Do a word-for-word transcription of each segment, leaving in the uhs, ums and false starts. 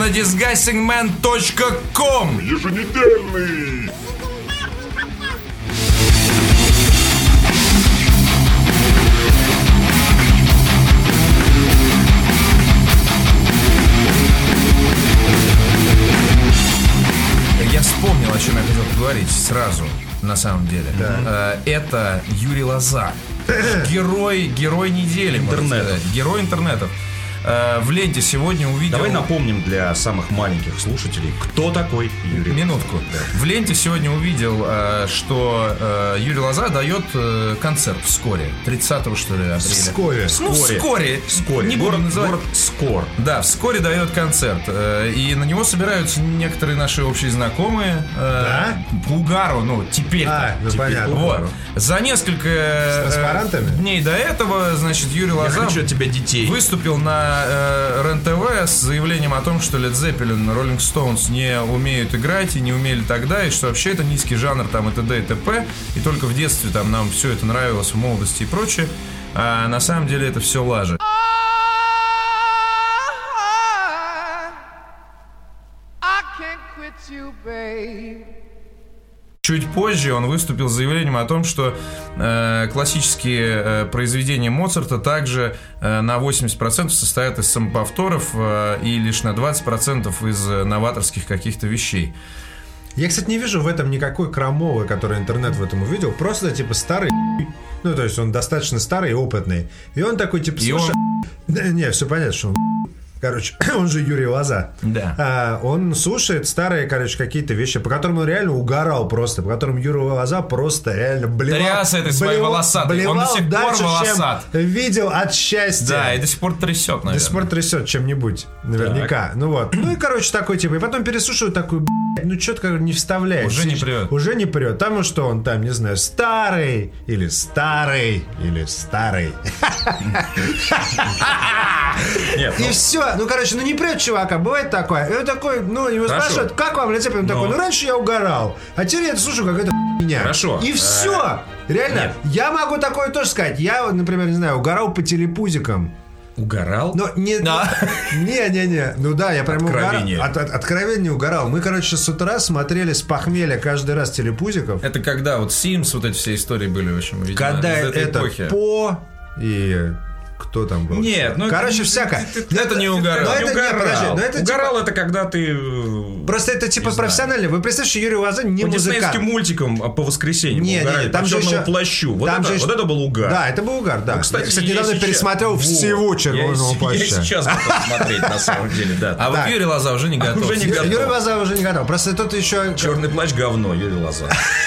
на дисгастинг мэн точка ком. Еженедельный. Я вспомнил, о чем я хотел поговорить сразу, на самом деле. Да. Это Юрий Лоза. Герой, герой недели, интернета. Герой интернетов. В ленте сегодня увидел... Давай напомним для самых маленьких слушателей, кто такой Юрий. Минутку. Да. В ленте сегодня увидел, что Юрий Лоза дает концерт вскоре. тридцатого, что ли, апреля. Вскоре. Ну, вскоре. Вскоре. Не буду город, называть. город Скор. Да, вскоре дает концерт. И на него собираются некоторые наши общие знакомые. Да? По угару, ну, теперь. А, ну теперь понятно. Вот. За несколько С дней до этого, значит, Юрий Лоза Я хочу от тебя детей. выступил на РЕН-ТВ с заявлением о том, что Led Zeppelin, Rolling Stones не умеют играть и не умели тогда, и что вообще это низкий жанр там и т.д. и т.п. И только в детстве там нам все это нравилось, в молодости и прочее. А на самом деле это все лажа. Чуть позже он выступил с заявлением о том, что э, классические э, произведения Моцарта также э, на восемьдесят процентов состоят из самоповторов э, и лишь на двадцать процентов из э, новаторских каких-то вещей. Я, кстати, не вижу в этом никакой крамолы, который интернет в этом увидел. Просто, типа, старый. Ну, то есть он достаточно старый и опытный. И он такой, типа, слушай... Он... Да, не, все понятно, что он... Короче, он же Юрий Лоза. Да. А, он слушает старые, короче, какие-то вещи, по которым он реально угорал просто, по которым Юрий Лоза просто реально блевал. Тряс этой своей волосатой. Он до сих пор волосат. Видел от счастья. Да, и до сих пор трясет, наверное. До сих пор трясет чем-нибудь, наверняка. Так. Ну вот. Ну и, короче, такой типа. И потом переслушиваю такой, блядь, ну что-то как не вставляет. Уже не прет. Уже не прет. Потому что он там, не знаю, старый, или старый, или старый. И все. Ну, короче, ну не прет чувака, бывает такое. И он такой, ну, его спрашивают, как вам Led Zeppelin? Он такой, ну раньше я угорал, а теперь я это слушаю, какая-то хуйня. Хорошо. И все. Реально, нет. Я могу такое тоже сказать. Я, например, не знаю, угорал по телепузикам. Угорал? Но не, да. не, не, не. Ну да, я прям откровение. угорал. От, от, откровение угорал. Мы, короче, с утра смотрели с похмелья каждый раз телепузиков. Это когда вот Sims, вот эти все истории были, в общем, видимо, когда это эпохи. По и... Кто там был? Нет, ну короче, это, всякое. Это, это, это не угорал. Но это не угорал. подожди, но это угорал типа... это когда ты. Просто это типа профессионально. Вы представьте, что Юрий Лоза не по музыкант. По диснеевским мультикам по воскресеньям. Не, не, не, там по же черному еще... плащу. Вот, это, же... вот это был угар. Да, это был угар, да. Ну, кстати, я, кстати, недавно сейчас... пересмотрел вот. всего червоного я, плаща. Я сейчас готов смотреть, на самом деле, да. А вот Юрий Лоза уже не готов. Уже не готов. Юрий Лоза уже не готов. Просто тут еще... Черный плащ говно, Юрий Лоза.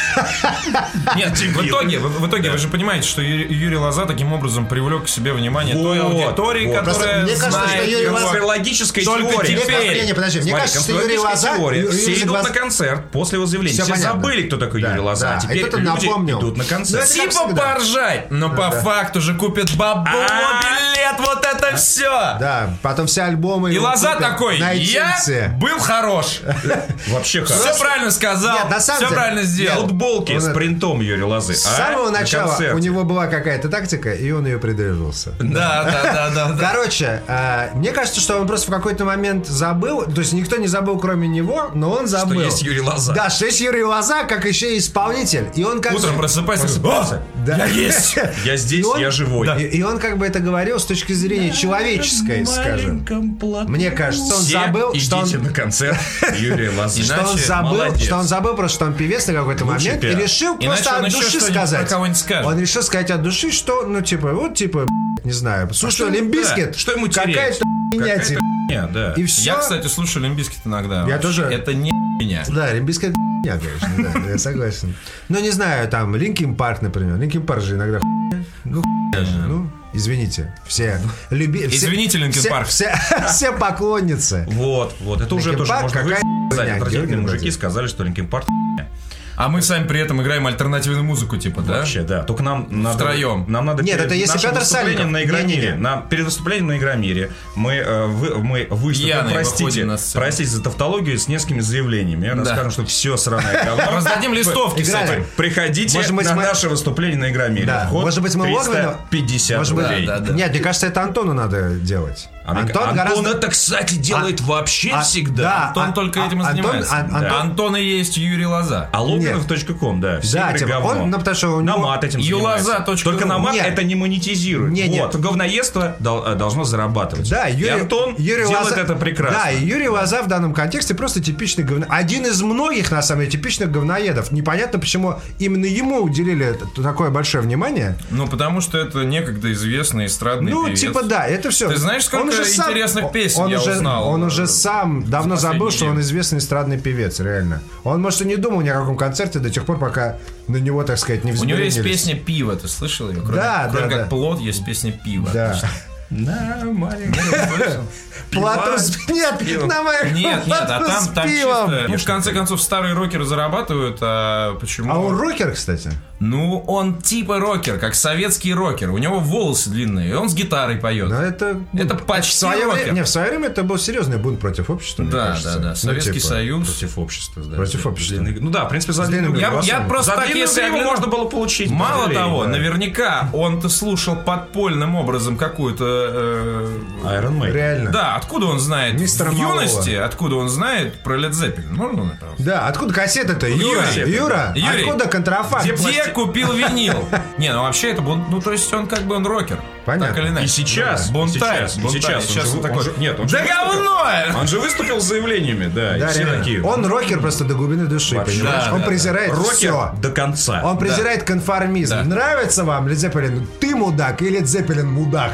Нет, в итоге, в итоге вы же понимаете, что Юрий Лоза таким образом привлек к себе внимание той аудитории, которая мне кажется, что Юрий Лоза... Конспирологическая теория. Теперь... Не, подожди, мне кажется, что Юрий Лоза... Все идут на концерт после его заявления. Все забыли, кто такой Юрий Лоза. Теперь люди идут на концерт. Типа поржать, но по факту же купят бабло, билет, вот это все. Да, потом все альбомы... И Лоза такой, я был хорош. Вообще хорош. Все правильно сказал, все правильно сделал. Футболки с принтом Юрия Лозы. С самого начала у него была какая-то тактика, и он ее придерживался. Да, да, да, да. Короче, мне кажется, что он просто в какой-то момент забыл, то есть никто не забыл, кроме него, но он забыл. Что есть Юрий Лоза. Да, что есть Юрий Лоза, как еще и исполнитель. И он как утром просыпается, просыпается. Да. Я есть, я здесь, он, я живой. Да. И, и он как бы это говорил с точки зрения человеческой, скажем. Мне кажется, он все забыл, идите что он на концерт Юрия Лозы. Что он забыл, что он забыл просто, что он певец на какой-то момент и решил просто от души сказать. Он решил сказать от души, что, ну типа, вот типа, не знаю, слушай, Лимп Бизкит, что ему терять? Какая-то хуйня, типа. Да. И все. Я, кстати, слушаю Лимп Бизкит иногда. Я тоже. Это не меня. Да, Лимп Бизкит хуйня, конечно, да, я согласен. Ну, не знаю, там, Линкин Парк, например. Линкин Парк же иногда хуйня. Ну, хуйня же, ну. Извините, все люби... Извините, Линкин Парк. Все, все поклонницы. Вот, вот, это уже тоже можно сказать. Отвратительные мужики сказали, что Линкин Парк хуйня. А мы сами при этом играем альтернативную музыку, типа, да? Вообще, да. Только нам надо... Втроем. Нам надо... Нет, это если Петр Сальников. На Игромире. На, перед выступлением на Игромире мы, э, вы, мы выступим, простите, простите за тавтологию, с несколькими заявлениями. Я да. расскажу, что все сраное говно. Раздадим листовки, кстати. Приходите на наше выступление на Игромире. Может быть, мы триста пятьдесят рублей. Нет, мне кажется, это Антону надо делать. Антон, Антон гораздо... это, кстати, делает а... вообще а... всегда. Да, Антон а... только а... этим и занимается. Антон... А... Да. Антон и есть Юрий Лоза. А Логинов точка ком, да. Все да, типа, он, ну, потому что у него... на мат этим занимается. Только на мат это не монетизирует. Нет, вот, нет. Говноедство должно зарабатывать. Да, Юрий... И Антон Юрий делает Лоза... это прекрасно. Да, и Юрий Лоза в данном контексте просто типичный говно... Один из многих, на самом деле, типичных говноедов. Непонятно, почему именно ему уделили такое большое внимание. Ну, потому что это некогда известный эстрадный ну, певец. Ну, типа, да, это все. Ты знаешь, сколько интересных сам... песен он я уже, узнал? Он уже сам давно забыл, что он известный эстрадный певец, реально. Он, может, и не думал ни о каком концерте до тех пор, пока на него, так сказать, не взбеленились. У него есть песня «Пиво», ты слышал ее? Кроме, да, кроме да, как да. «Плод» есть песня «Пиво». Да. На маленьком Плату с... Нет, на моих Нет, нет, а там, там чисто... Ну, в конце концов, старые рокеры зарабатывают, а почему... А он рокер, кстати? Ну, он типа рокер, как советский рокер. У него волосы длинные, и он с гитарой поет. Но это... Это почти в свое рокер. Время, не, в свое время это был серьезный бунт против общества, да, мне кажется. Да, да, Советский ну, типа, Союз. Против общества, да. Против общества. Ну да, в принципе, за длинным я, я просто за так, если его можно было получить. Мало того, да. наверняка он-то слушал подпольным образом какую-то... Iron Maiden. Реально. Да, откуда он знает? Мистера в юности, Малова. Откуда он знает про Led Zeppelin? Можно направо? Да, откуда кассета-то? Юра, Юрий, Юра, Юрий, откуда контрафакт? Где, Где купил винил? Не, ну вообще это, ну то есть он как бы он рокер. Понятно. Так или иначе. И сейчас. Бунтарь. И сейчас. Сейчас он такой. Нет, он да говно! Он же выступил с заявлениями, да. Да, все такие. Он рокер просто до глубины души, вообще, понимаешь? да, он да, презирает рокер все. до конца. Он презирает да. конформизм. Да. Нравится вам Led Zeppelin? Ты мудак или Led Zeppelin мудак?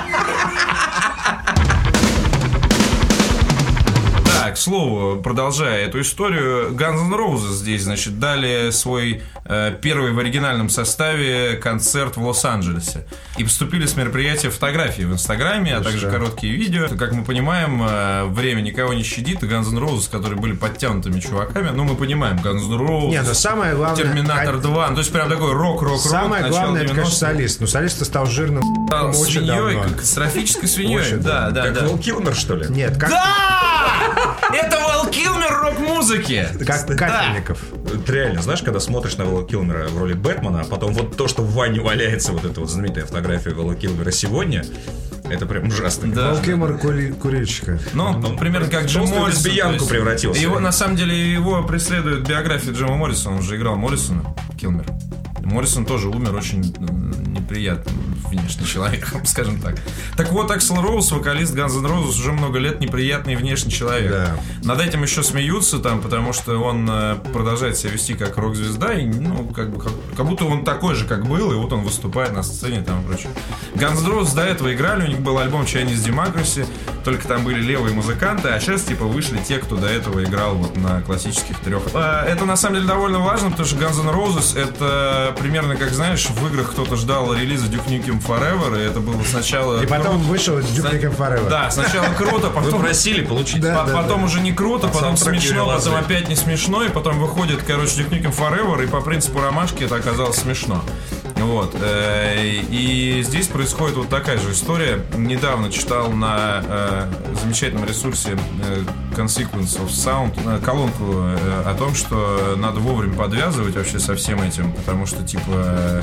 К слову, продолжая эту историю, Guns N' Roses здесь, значит, дали свой э, первый в оригинальном составе концерт в Лос-Анджелесе. И поступили с мероприятия фотографии в Инстаграме, а также короткие видео. Как мы понимаем, э, время никого не щадит, и Guns N' Roses, которые были подтянутыми чуваками, ну, мы понимаем, Guns N' Roses, не, но самое главное, Терминатор два, ну, то есть прям такой рок-рок-рок. Самое главное, это, конечно, солист. Ну, солист стал жирным стал очень свиньей, давно. Катастрофической свиньей. Очень да, да, как да. Вэл Килмер, что ли? Нет, как... Да! Это Вэл Килмер рок-музыки. Как Капельников. Ты реально, знаешь, когда смотришь на Вэлла Килмера в роли Бэтмена, а потом вот то, что в ванне валяется, вот эта вот знаменитая фотография Вэлла Килмера сегодня, это прям ужасно. Да. Вэл Килмер кури- курильщика. Ну, он примерно как Джим Моррисон. В лесбиянку превратился. Его, на самом деле, его преследует биография Джима Моррисона. Он же играл Моррисона, Килмер. Mоррисон тоже умер очень неприятным внешне человеком, скажем так. Так вот, Аксл Роуз, вокалист Guns N' Roses, уже много лет неприятный внешний человек. Да. Над этим еще смеются там, потому что он продолжает себя вести как рок-звезда, и, ну, как бы, как, как будто он такой же, как был, и вот он выступает на сцене там и прочее. Guns N' Roses до этого играли, у них был альбом Chinese Democracy, только там были левые музыканты, а сейчас, типа, вышли те, кто до этого играл вот на классических трех. Это, на самом деле, довольно важно, потому что Guns N' Roses — это примерно, как, знаешь, в играх кто-то ждал релиза Duke Nukem Forever, и это было сначала... И потом круто. вышел Duke Nukem Forever. Да, сначала круто, потом... Вы просили получить. Да, по- да, потом да. уже не круто, потом саундтрек смешно, Юрия потом Лозы. опять не смешно, и потом выходит, короче, Duke Nukem Forever, и по принципу ромашки это оказалось смешно. Вот. Э, И здесь происходит вот такая же история. Недавно читал на э, замечательном ресурсе э, Consequence of Sound э, колонку э, о том, что надо вовремя подвязывать вообще со всем этим, потому что, типа,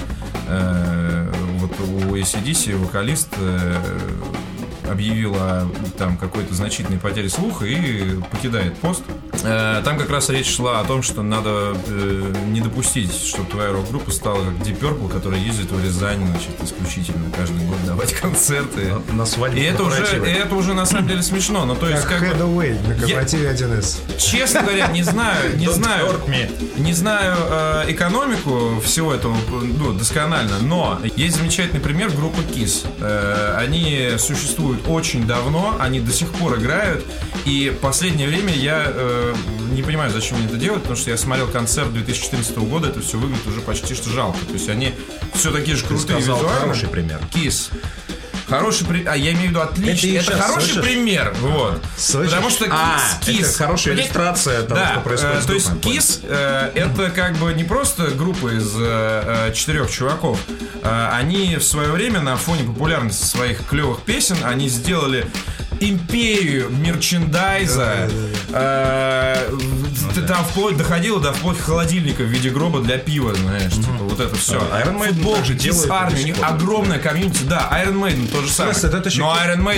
э, вот у эй си ди си вокалист э, объявил о там какой-то значительной потере слуха и покидает пост. Э, Там как раз речь шла о том, что надо э, не допустить, чтобы твоя рок-группа стала как Deep Purple, которая ездит в Рязань, значит, исключительно каждый год давать концерты. На, на свадьбу. И это уже, и это уже на самом деле смешно. Ну, то есть, Как как бы, Headway на корпоративе один эс. честно говоря, не знаю, не Don't знаю, hurt me. не знаю э, экономику всего этого, ну, досконально, но есть замечательный пример группы Kiss. Э, они существуют очень давно, они до сих пор играют, и в последнее время я э, не понимаю, зачем они это делают, потому что я смотрел концерт две тысячи четырнадцатого года, это все выглядит уже почти что жалко. То есть они все такие же крутые сказал визуально. хороший пример. Kiss. Хороший пример. А я имею в виду отличный. Это, это хороший слышишь? пример. Вот. Слышишь? Потому что А, Kiss. это хорошая иллюстрация того, да, что происходит э, с то есть духом. Kiss э, это как бы не просто группа из э, э, четырех чуваков. Э, они в свое время на фоне популярности своих клевых песен они сделали империю мерчендайза. Э, там вплоть доходило до вплоть холодильника в виде гроба для пива, знаешь, типа вот это все. Iron Maiden Футбол, также Kiss делает Army, до у сих них пор. огромная комьюнити. Да, Iron Maiden то же самое. Просто это еще- Но Iron Maiden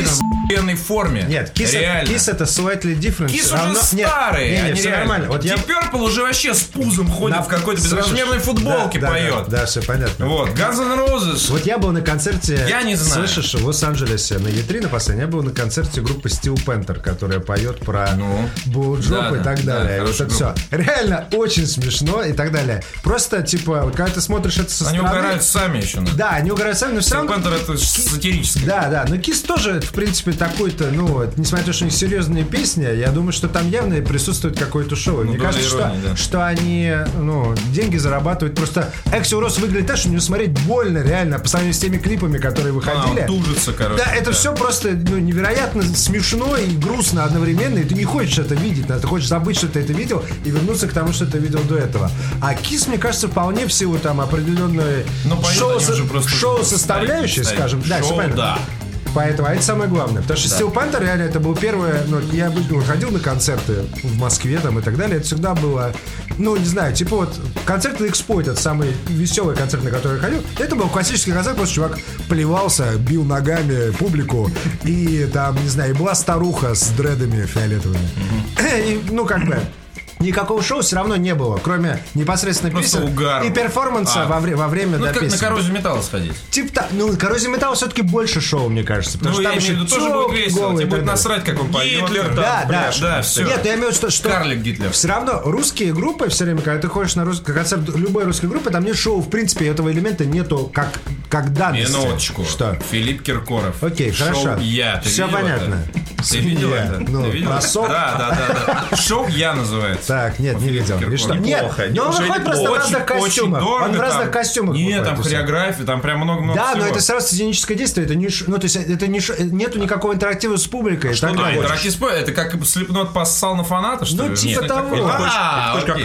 охуенной форме. Нет, Kiss, это, Kiss это slightly different. Kiss уже равно... старые. Нет, нет, они все реально. нормально. Вот Deep я... Purple уже вообще с пузом ходит на... в какой-то безразмерной футболке да, поет. Да, да, да, все понятно. Вот, Guns N' Roses. Вот я был на концерте, я не знаю. Слышишь, в Лос-Анджелесе на и три на последнем, я был на концерте группы Steel Panther, которая поет про ну, Булджоп да, и так да, далее. Да, вот это все. Реально очень смешно и так далее. Просто, типа, вот когда ты смотришь это со они стороны... Они угорают сами еще. Да, да они угорают сами, но все равно... Steel Panther это сатирический. Да, да, но Kiss тоже, в принципе, такой-то, ну, несмотря на то, что у них серьезные песни, я думаю, что там явно присутствует какое-то шоу. Ну, мне кажется, иронии, что, да. что они, ну, деньги зарабатывают. Просто Axl Rose выглядит так, что не смотреть больно, реально, по сравнению с теми клипами, которые выходили. А, тужится, короче. Да, это да. все просто ну, невероятно смешно и грустно одновременно, и ты не хочешь это видеть, ты хочешь забыть, что ты это видел, и вернуться к тому, что ты видел до этого. А Kiss, мне кажется, вполне в силу там определенной шоу, шоу составляющей, скажем. Шоу, да, все правильно. Да. Поэтому, а это самое главное. Потому что да. Steel Panther реально это был первый. Ну, я ну, ходил на концерты в Москве там и так далее. Это всегда было, ну, не знаю, типа вот концерт на Экспо, это самый веселый концерт, на который я ходил. Это был классический концерт, потому что чувак плевался, бил ногами публику. И там, не знаю, и была старуха с дредами фиолетовыми. Mm-hmm. И, ну, как бы. Никакого шоу все равно не было, кроме непосредственно просто песен угар. И перформанса а. во, вре- во время ну, до как песен. на Коррозию металла сходить. Типа, та, ну, Коррозия металла все-таки больше шоу, мне кажется. Потому ну, что там еще тоже будет весело, тебе будет насрать, как он поет. Гитлер, да, да, да, да, все. Нет, я имею в виду, что, что Карлик Гитлер. Все равно русские группы все время, когда ты ходишь на рус... концерт любой русской группы, там нет шоу, в принципе, этого элемента нету как, как данности. Минуточку. Что? Филипп Киркоров. Окей, шоу хорошо. Я. Ты все понятно. Это? Ты видел я. это? Ну, ты видел? Да, да, да, да. Шоу Я называется. Так, нет, не видел. И что? Нет, но он выходит просто в разных костюмах. Он в разных костюмах. Нет, там хореография, там прям много-много Да, всего. но это сразу сценическое действие. Это не, ну, то есть это не, нету никакого интерактива с публикой. Что да, интерактив с публикой? Это как Слипнот поссал на фаната, что ли? Ну, типа того. Это как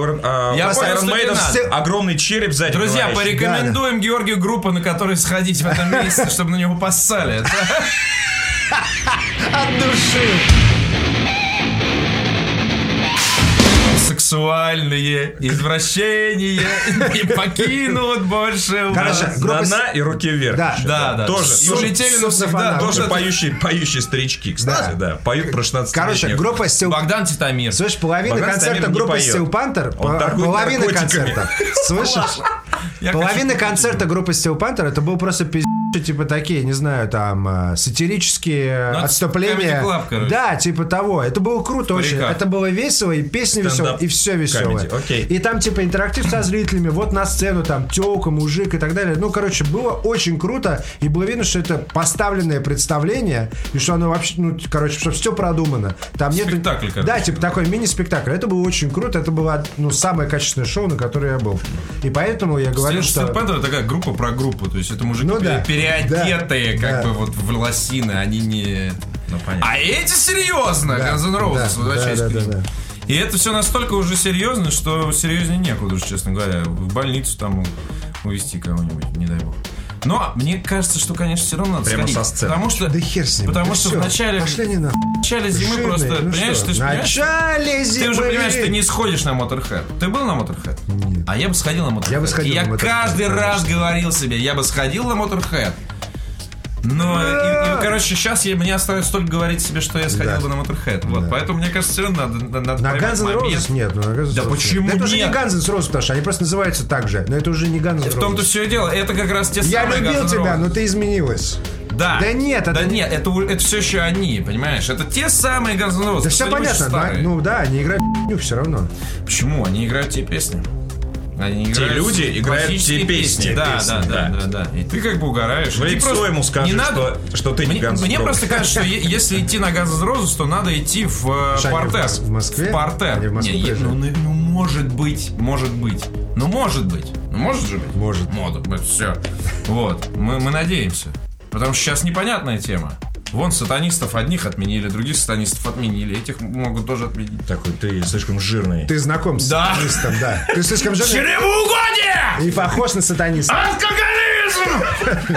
Iron Maiden, огромный череп сзади. Друзья, порекомендуем Георгию группу, на которой сходить в этом месяце, чтобы на него поссали. От души. Сексуальные извращения не покинут больше. Короче, Нана и руки вверх. Да, да, да. Тоже. И улетели навсегда. Тоже поющие, поющие старички, кстати, да. Поют про шестнадцатилетних. Короче, группа Steel... Богдан Титамир. Слышь, половина концерта группы Steel Panther. Половина концерта. Слышишь? Половина концерта группы Steel Panther это был просто пиздец. Типа такие, не знаю, там сатирические ну, отступления. Club, да, типа того. Это было круто очень. Это было весело, и песни веселые, и все веселое. Okay. И там, типа, интерактив со зрителями, вот на сцену, там, тёлка, мужик и так далее. Ну, короче, было очень круто. И было видно, что это поставленное представление, и что оно вообще, ну, короче, что все продумано. Там нет. Спектакль, короче. Да, типа такой мини-спектакль. Это было очень круто. Это было, ну, самое качественное шоу, на которое я был. И поэтому я говорю, Steel, что. Steel Panther такая группа про группу. То есть это мужики ну, да. переодетые, да. как да. бы вот в лосины, они не. Ну, а эти серьезно, да. Guns N' Roses, да. Да, да, да, да. И это все настолько уже серьезно, что серьезнее некуда, честно говоря. В больницу там увезти кого-нибудь, не дай бог. Но мне кажется, что, конечно, все равно надо прямо сходить. Со сцены. Потому что, да хер с ним. Потому да что все. в начале, в начале зимы Жирный. просто, ну понимаешь, что? ты же понимаешь, зимы. Ты уже понимаешь, ты не сходишь на Motorhead. Ты был на Motorhead? Нет. А я бы сходил на Motorhead. Я бы сходил И я на Motorhead, каждый конечно. раз говорил себе, я бы сходил на Motorhead. Но, и, и, короче, сейчас я, мне остается только говорить себе, что я сходил да. бы на Motorhead. Вот, да. Поэтому, мне кажется, все равно надо, надо на Guns N' Roses нет. Ну, на Guns N' да Roses почему нет? Это уже нет? не Guns N' Roses, потому что они просто называются так же. Но это уже не Guns N' Roses. В том-то все и дело. Это как раз те я самые Guns N' Roses. Я любил тебя, но ты изменилась. Да. Да нет, это... Да нет, это, это все еще они, понимаешь? Это те самые Guns N' Roses. Да все понятно, да? Ну да, они играют в все равно. Почему? Они играют те песни. Они те люди играют те песни. песни. Да, песни, да, да, да, да, да. И ты как бы угораешь. В лицо ему скажешь, что, что ты не Guns N' Roses. Мне просто кажется, что если идти на Guns N' Roses, то надо идти в партер. В Москве? В партер. Они в Москву не, ну, ну, ну, может быть, может быть. Ну, может быть. Ну, может же быть. Может. Может быть, все. Вот. Мы, мы надеемся. Потому что сейчас непонятная тема. Вон сатанистов одних отменили, других сатанистов отменили. Этих могут тоже отменить. Такой, ты слишком жирный. Ты знаком с да. сатанистом, да. Ты слишком жирный. Чревоугодие! И похож на сатаниста. Алкоголизм!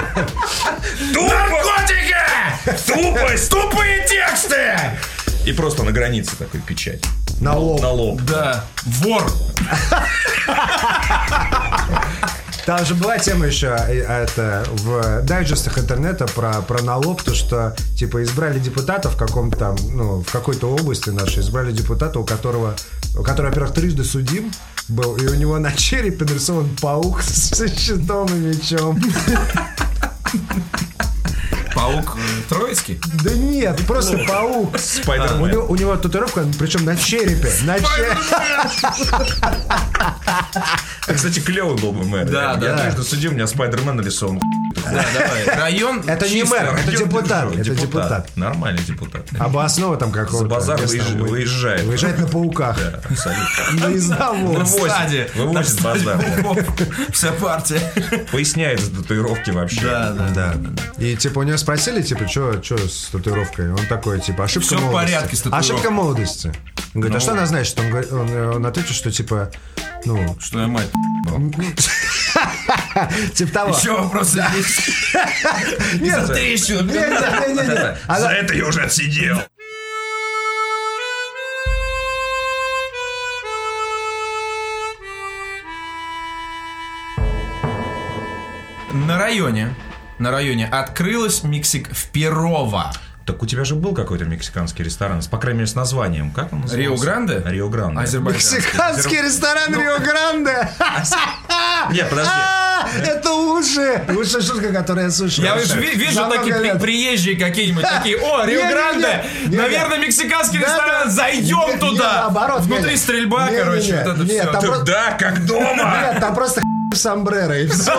Наркотики! Тупость! Тупые тексты! И просто на границе такой печать. На лоб. На лоб. Да. Вор. Там же была тема еще это, в дайджестах интернета про, про налог, то что типа избрали депутата в каком-то там, ну, в какой-то области нашей, избрали депутата, у которого, у которого, во-первых, трижды судим был, и у него на черепе нарисован паук с щитом и мечом. Паук Троицкий? Да нет, просто паук. Спайдермен. У него, у него татуировка, причем на черепе. На черепе. Кстати, клевый был бы мэр. Да, я, да. Я трижды судим, у меня Спайдермен нарисован. Да, давай. Район. Это не мэр, это депутат. Это депутат. Нормальный депутат. Обоснова там какого-то. За базар выезжает. Выезжает на пауках. Да, абсолютно. На издаву. Вывозит, вывозит базар. Вся партия. Поясняет за татуировки вообще. Да, да, да. И типа у него спросили, типа, что с татуировкой? Он такой, типа, ошибка Все молодости. в порядке с татуировкой. Ошибка молодости. Он говорит, Ну. а что она значит? Он, говорит- он, он ответил, что типа, ну, Что я мать. типа того. Еще вопросы есть? Нет, За трещину. нет, нет, нет, нет. За Она- это я уже отсидел. На районе, на районе открылась Мексик в Перово. Так у тебя же был какой-то мексиканский ресторан, с, по крайней мере, с названием. Как он назывался? Рио-Гранде? Рио-Гранде. Азербайджанский. Мексиканский ресторан Рио-Гранде. Нет, подожди. А, это лучшая, лучшая шутка, которую я слышал. Я уже ви- вижу За такие много при- лет. приезжие какие-нибудь, такие, о, Рио-Гранде, Не-не-не, не-не. наверное, мексиканский Да, ресторан, да. зайдем Не, туда. наоборот, Внутри не-не. стрельба, Не-не-не. короче, вот это Нет, все. там просто- Да, как дома. Нет, там просто сомбреро и все.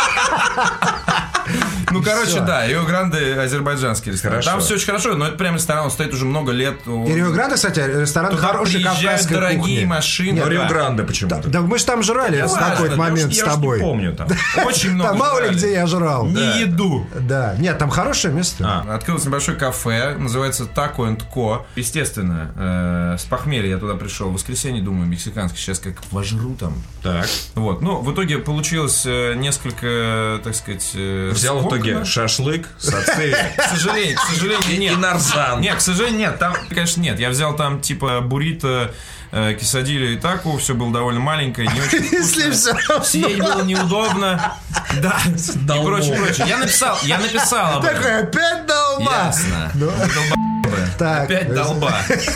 Ну, короче, всё. да, Рио-Гранде азербайджанский ресторан. Хорошо. Там все очень хорошо, но это прям ресторан, он стоит уже много лет. Он- И Рио-Гранде, кстати, ресторан Туда хороший приезжают кавказской дорогие кухни. машины. Но да. Рио-Гранде почему-то. Да мы же там жрали в важно, какой-то я момент Я с уж не тобой. помню там. Очень много Там мало ли жрали. где я жрал. Не Да. еду. Да, нет, там хорошее место. А. Открылось небольшое кафе, называется Taco энд Co. Естественно, э, с похмелья я туда пришел в воскресенье, думаю, мексиканский, сейчас как вожру там. Так. Вот, ну, в итоге получилось э, несколько, так сказать... э, Взял в итоге скомканно. шашлык, сацеви К сожалению, к сожалению, нет. и нарзан. Нет, к сожалению, нет. Там, конечно, нет. Я взял там типа буррито, э, кесадилью и тако. Все было довольно маленькое, не очень Если вкусно. все равно. Сидеть было неудобно. Да. И Долбов. прочее, прочее. Я написал, я написал об этом. Такой, опять долба. Ясно. Ну, Долбоебы. так, Опять долба.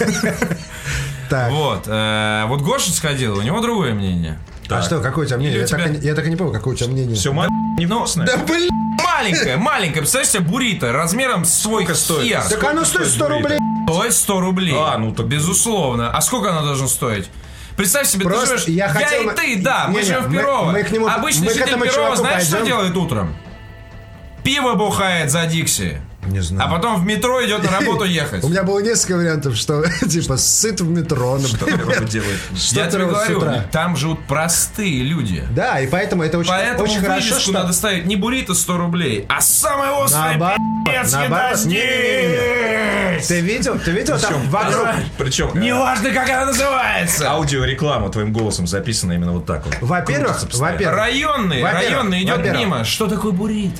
Так. Вот. э, Вот Гоша сходил, у него другое мнение. А что, какое у тебя мнение? Или Я у тебя- так и не- я так и не помню, какое у тебя мнение. Все, мать невкусное. Да блин, Маленькое, маленькое. Представляешь себе буррито размером с свой Сколько стоит? хер. так оно стоит сто рублей. Стоит сто рублей. А, ну так- Безусловно. А сколько оно должно стоить? Представь себе, Просто ты живешь... я хотел и бы- ты, да, мы Не-не, живем в мы- Перово. мы к нему- Обычный мы к житель этому Перова, чуваку знаешь, что пойдем? делает утром? Пиво бухает за Дикси. Не знаю. А потом в метро идет на работу ехать. У меня было несколько вариантов, что типа сыт в метро, например. Что делает? Что Я ты тебе делаешь с говорю, утра? там живут простые люди. Да, и поэтому это очень, Поэтому очень хорошо, вывеску что... надо ставить не буррито сто рублей, а самое острое Наоборот, пи***ц наоборот. еда Не-не-не. здесь. Ты видел? Ты видел там вокруг... Причем Неважно, как она называется. аудиореклама твоим голосом записана именно вот так вот. Во-первых, Крутится постоянно. во-первых... Районный, Во-первых, районный идет во-первых. мимо. Что такое буррито?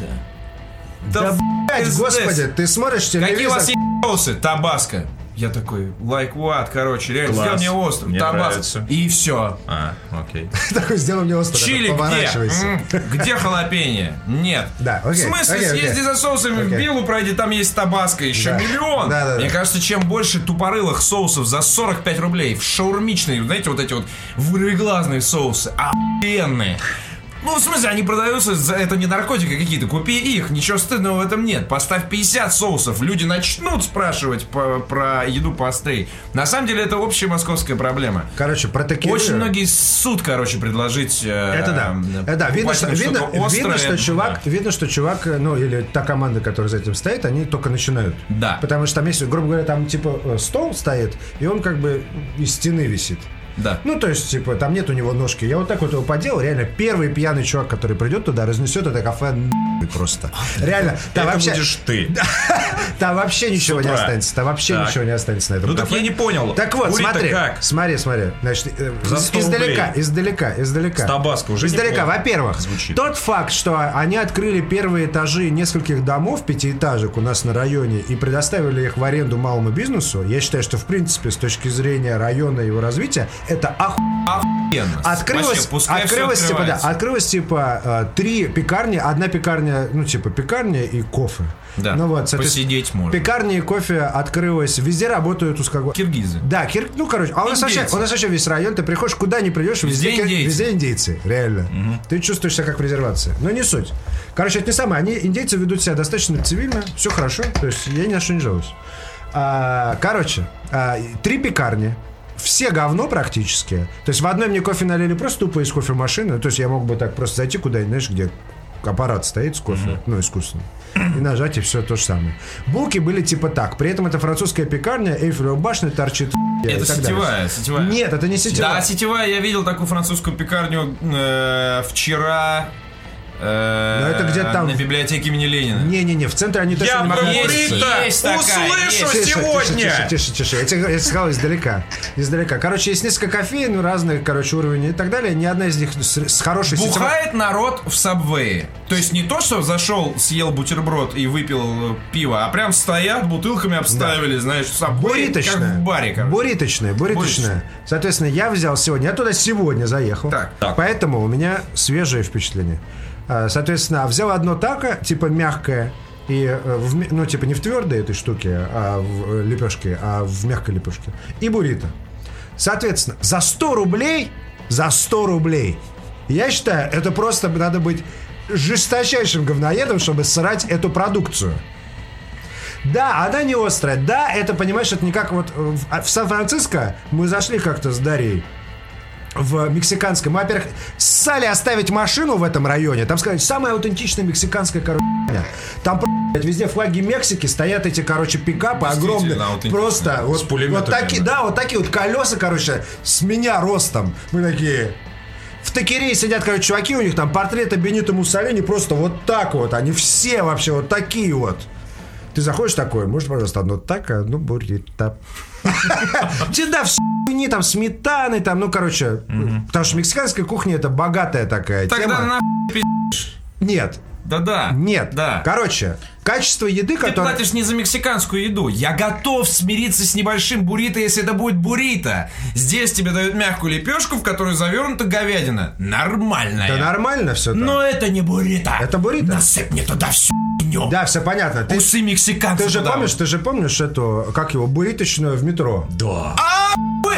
Да, блядь, is господи, this? ты смотришь телевизор... Какие у вас ебосы? Табаско. Я такой, like what, короче, реально, Класс. сделай мне остров, Мне табаско. нравится. И все. А, окей. Такой, сделай мне остров. Чили где? Поворачивайся. М, Где халапенье? Нет. Да, окей, В смысле, окей, окей. съезди за соусами в Окей. Биллу, пройди, там есть табаско, еще Да. миллион. Да, да, да. Мне кажется, чем больше тупорылых соусов за сорок пять рублей в шаурмичные, знаете, вот эти вот вырвиглазные соусы, охуенные. Ну, в смысле, они продаются, за это не наркотики какие-то, купи их, ничего стыдного в этом нет. Поставь пятьдесят соусов, люди начнут спрашивать по- про еду поострее. На самом деле, это общая московская проблема. Короче, про такие... Очень многие суд, короче, предложить. э, Это да. э, Это да. Видно, покупать что, там видно, что-то острое. видно, что чувак, Да. видно, что чувак, ну, или та команда, которая за этим стоит, они только начинают. Да. Потому что там есть, грубо говоря, там типа э, стол стоит, и он как бы из стены висит. Да. Ну, то есть, типа, там нет у него ножки. Я вот так вот его поделал. Реально, первый пьяный чувак, который придет туда, разнесет это кафе нахуй просто. Реально. Там Это вообще, будешь ты. там вообще ничего не утра. останется. Там вообще Так. ничего не останется на этом Ну так кафе. я не понял. Так вот, Буррито смотри, как? смотри, смотри. Значит, э, За из- сто издалека, рублей. издалека, издалека. С табаско уже Издалека, неплохо во-первых, звучит. тот факт, что они открыли первые этажи нескольких домов, пятиэтажек у нас на районе, и предоставили их в аренду малому бизнесу, я считаю, что, в принципе, с точки зрения района и его развития, Это охуенно. Открылось, открылось, типа, да, открылось, типа, три пекарни. Одна пекарня, ну, типа, пекарня и кофе. Да, ну, вот, посидеть можно. Пекарня и кофе открылась. Везде работают узкоглазые. Киргизы. Да, кир... ну, короче. А у нас, вообще, у нас вообще весь район, ты приходишь, куда ни придешь, везде, везде индейцы. Везде индейцы, реально. Угу. Ты чувствуешь себя как в резервации. Но не суть. Короче, это не самое. Они, индейцы, ведут себя достаточно цивильно, все хорошо. То есть я ни на что не жалуюсь. А, короче, а, три пекарни. Все говно практически. То есть в одной мне кофе налили просто тупо из кофемашины. То есть я мог бы так просто зайти куда-нибудь, знаешь, где аппарат стоит с кофе, mm-hmm. ну, искусственно, и нажать, и все то же самое. Булки были типа так. При этом это французская пекарня, Эйфелева башня торчит. Это сетевая, сетевая. Нет, это не сетевая. Да, сетевая. Я видел такую французскую пекарню э, вчера. Э, Но это где-то там на библиотеке имени Ленина. Не-не-не, в центре они точно я не могли. Есть, есть услышу есть. сегодня. Тише, тише, тише, тише. Я тебе я сказал издалека. Издалека. Короче, есть несколько кофеин, ну, разных, короче, уровней и так далее. Ни одна из них с, с хорошей сетевой. Бухает народ в Сабвее. То есть не то, что зашел, съел бутерброд и выпил пиво, а прям стоят, бутылками обставили, да. Знаешь, в Сабвее, как в баре. Короче. Буриточная, буриточная. Соответственно, я взял сегодня, я туда сегодня заехал. Так, так. Поэтому у меня свежее впечатление. Соответственно, взял одно тако, типа мягкое, и, ну, типа не в твердой этой штуке, а в лепешке, а в мягкой лепешке, и буррито. Соответственно, за сто рублей, за сто рублей, я считаю, это просто надо быть жесточайшим говноедом, чтобы срать эту продукцию. Да, она не острая, да, это, понимаешь, это не как вот в, в Сан-Франциско мы зашли как-то с Дарьей в мексиканском. Мы, во-первых, ссали оставить машину в этом районе. Там, сказать, самая аутентичная мексиканская, короче, там, блядь, везде флаги Мексики, стоят эти, короче, пикапы огромные. Просто вот, вот такие, да, вот такие вот колеса, короче, с меня ростом. Мы такие... В Такерее сидят, короче, чуваки, у них там портреты Бенито Муссолини просто вот так вот. Они все вообще вот такие вот. Ты заходишь такой, может, пожалуйста, одно так, одно буррито. Да, все хуйни, там, сметаны, там, ну, короче, потому что мексиканская кухня это богатая такая тема. Тогда нахуй пиздишь. Нет. Да-да. Нет. Да. Короче, качество еды, которое... Ты платишь не за мексиканскую еду. Я готов смириться с небольшим буррито, если это будет буррито. Здесь тебе дают мягкую лепешку, в которую завернута говядина. Нормальная. Да нормально все там. Но это не буррито. Это буррито. Насыпь мне туда всю хуйню. Да, все понятно. Ты... Усы мексиканцев. Ты же помнишь, ты же помнишь эту, как его, бурриточную в метро? Да. А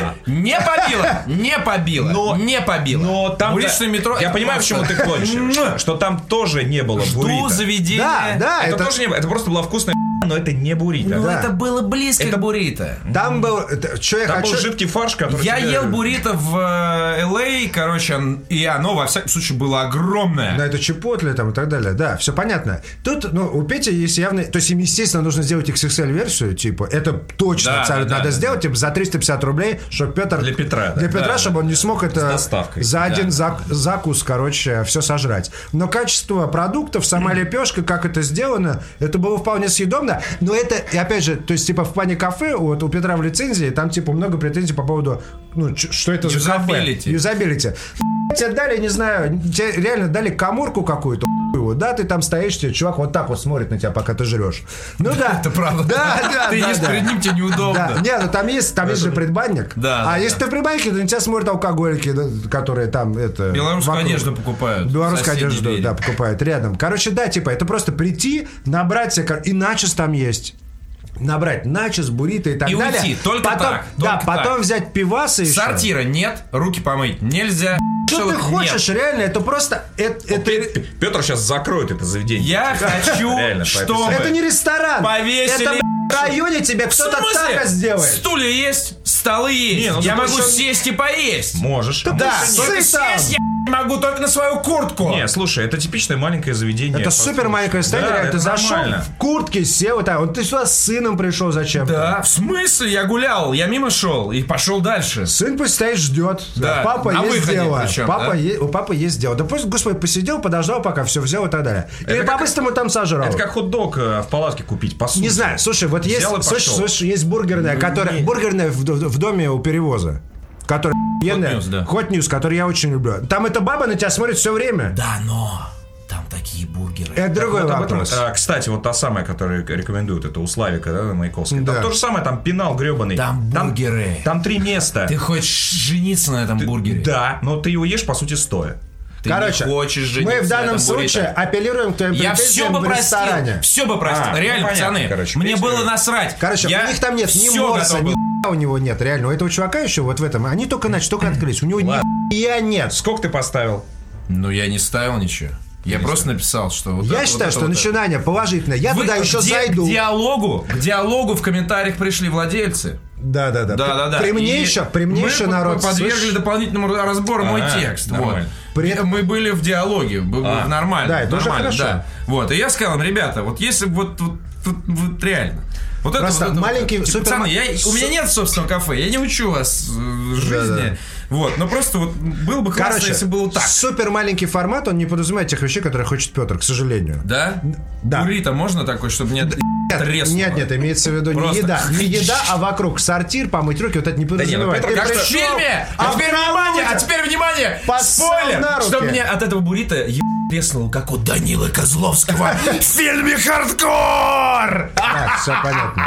не побило, не побило, но, не побило. Но там бурриточное метро. Я понимаю, почему ты клонишь, что там тоже не было буррито. Заведение. Да, да. Это, это тоже не было. Это просто была вкусная, но это не буррито. Ну, да. это было близко это... к буррито. Там был, это, что я там хочу... был жидкий фарш, который... Я тебе... ел буррито в Эл Эй, короче, и оно, во всяком случае, было огромное. Да, это чипотле там и так далее. Да, все понятно. Тут, ну, у Пети есть явный... То есть им, естественно, нужно сделать икс икс эль-версию, типа, это точно да, абсолютно да, надо да, сделать, да. типа, за триста пятьдесят рублей, чтобы Петр... Для Петра. Для Петра, да, чтобы да, он не смог это... С доставкой. За один да. зак... закус, короче, все сожрать. Но качество продуктов, сама лепешка, как это сделано, это было вполне съедобно. Но это, и опять же, то есть, типа, в плане кафе, вот у Петра в лицензии, там, типа, много претензий по поводу, ну, ч- что это за кафе. Юзабилити. Тебе дали, не знаю, тебе реально дали каморку какую-то, да, ты там стоишь, тебе чувак вот так вот смотрит на тебя, пока ты жрешь. Ну да. Это правда. Да, да, ты да. есть перед ним, тебе неудобно. Да. Нет, ну там есть, там есть же предбанник. Да. А если ты в предбаннике, то на тебя смотрят алкоголики, которые там, это... Белорусскую одежду покупают. Белорусскую одежду, да, покупают рядом. Короче, да, типа, это просто прийти, набрать себе, и начос там есть. Набрать начос, буррито и так и далее. Уйти, только потом, так. Да, только потом так. взять пивасы еще. Сортира нет, руки помыть нельзя. Что ты хочешь, нет. Реально, это просто... Это, это... Петр сейчас закроет это заведение. Я хочу, чтобы... Это не ресторан. Повесили... Это в районе тебе кто-то тако сделает. Стулья есть, столы есть. Не, ну, я могу еще... сесть и поесть. Можешь. Да, да. Только съесть я могу только на свою куртку. Не, слушай, это типичное маленькое заведение. Это супер маленькое заведение. Да, ты зашел нормально. В куртке, сел и так. Вот ты сюда с сыном пришел зачем? Да, в смысле? Я гулял, я мимо шел и пошел дальше. Сын пусть стоит, ждет. Да. Папа На есть дело. Причем, папа да? е... У папы есть дело. Да пусть, господи, посидел, подождал, пока все взял и так далее. Это и по-быстрому там сожрал. Это как хот-дог в палатке купить, по сути. Не знаю, слушай, вот есть, слушай, слушай, есть бургерная, ну, которая, бургерная в, в доме у Перевоза. Которая Hot News, да. Hot News, который я очень люблю. Там эта баба на тебя смотрит все время. Да, но там-то такие бургеры. Это другой вот вопрос. А, кстати, вот та самая, которую рекомендуют, это у Славика, да, Маяковского. Да. Там то же самое, там пенал гребаный. Там бургеры. Там, там три места. Ты хочешь жениться на этом ты, бургере? Да, но ты его ешь, по сути, стоя. Ты Короче, не хочешь жениться мы в данном на этом случае буррито. апеллируем к твоим Я претензиям все в бы простил, ресторане. все бы простил. А, Реально, ну, понятно, пацаны, короче, мне песня. было насрать. Короче, Я у них там нет ни всё морса, готов ни был. у него нет, реально. У этого чувака еще вот в этом, они только начали, только открылись. У него ни нет. Сколько ты поставил? Ну, я не ставил ничего. Я просто написал, что... Вот Я это, считаю, вот что это, начинание положительное. Я Вы туда еще к ди- зайду. К диалогу, к диалогу в комментариях пришли владельцы. Да, да, да. Да, да, да. При мне И еще, при мне мы еще по- народ. подвергли слышь, дополнительному разбору мой А, текст. нормально. Вот. При этом- Мы были в диалоге, б- А. нормально. Да, это уже нормально, хорошо. да. Вот, и я сказал им, ребята, вот если бы вот, вот, вот, вот реально. Вот это, Просто вот это, маленький вот, это. супер- Пацаны, я, у меня нет собственного кафе, я не учу вас э, жизни. Да, да. Вот, но просто вот было бы классно, Короче, если было так. супер маленький формат, он не подразумевает тех вещей, которые хочет Петр, к сожалению. Да? Да. Буррито можно такой, чтобы мне Нет, треснуло? нет, нет, имеется в виду не Просто- еда. Не еда, а вокруг сортир, помыть руки, вот это не не, ну, подразумевает. Петр, Ты как В пришел, фильме! А, а теперь внимание! А теперь внимание! Поссал Спойлер! на руки. Чтобы мне от этого буррито еб треснуло, как у Данилы Козловского в фильме «Хардкор». Так, все понятно.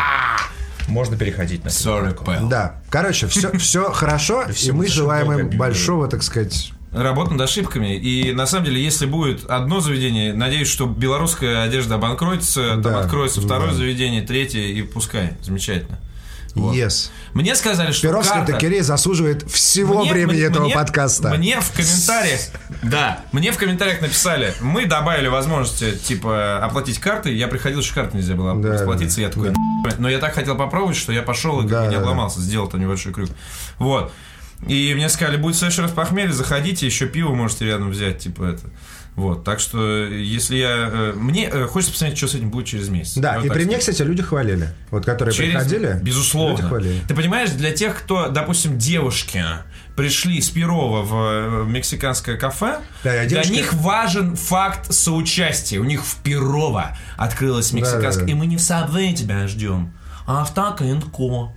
Можно переходить на сорок пэл. Да. Короче, все, все хорошо, и все мы очень желаем долго им бегаю. большого, так сказать. Работа над ошибками. И на самом деле, если будет одно заведение, надеюсь, что белорусская одежда обанкротится, там Да, откроется второе да. заведение, третье, и пускай. Замечательно. Вот. Yes. Мне сказали, что Перовская карта... Токарей заслуживает всего Мне- времени мне- этого мне- подкаста. Мне в комментариях, да, мне в комментариях написали, мы добавили возможности, типа, оплатить карты. Я приходил, что карты нельзя было Да, расплатиться, да, я такой, да. но я так хотел попробовать, что я пошел и как Да, бы не да, обломался, сделал там небольшой крюк. Вот. И мне сказали, будет в следующий раз похмелье, заходите, еще пиво можете рядом взять, типа это. Вот, так что, если я... э, Мне э, хочется посмотреть, что с этим будет через месяц. Да, Я вот и так при мне, скажу. кстати, люди хвалили. Вот которые Через- приходили. Люди Безусловно. хвалили. Ты понимаешь, для тех, кто, допустим, девушки пришли с Перова в э, мексиканское кафе, Да, я для девушки- них важен факт соучастия. У них в Перово открылось мексиканское. Да, да, да. И мы не в Subway тебя ждем, а в Так энд Ко.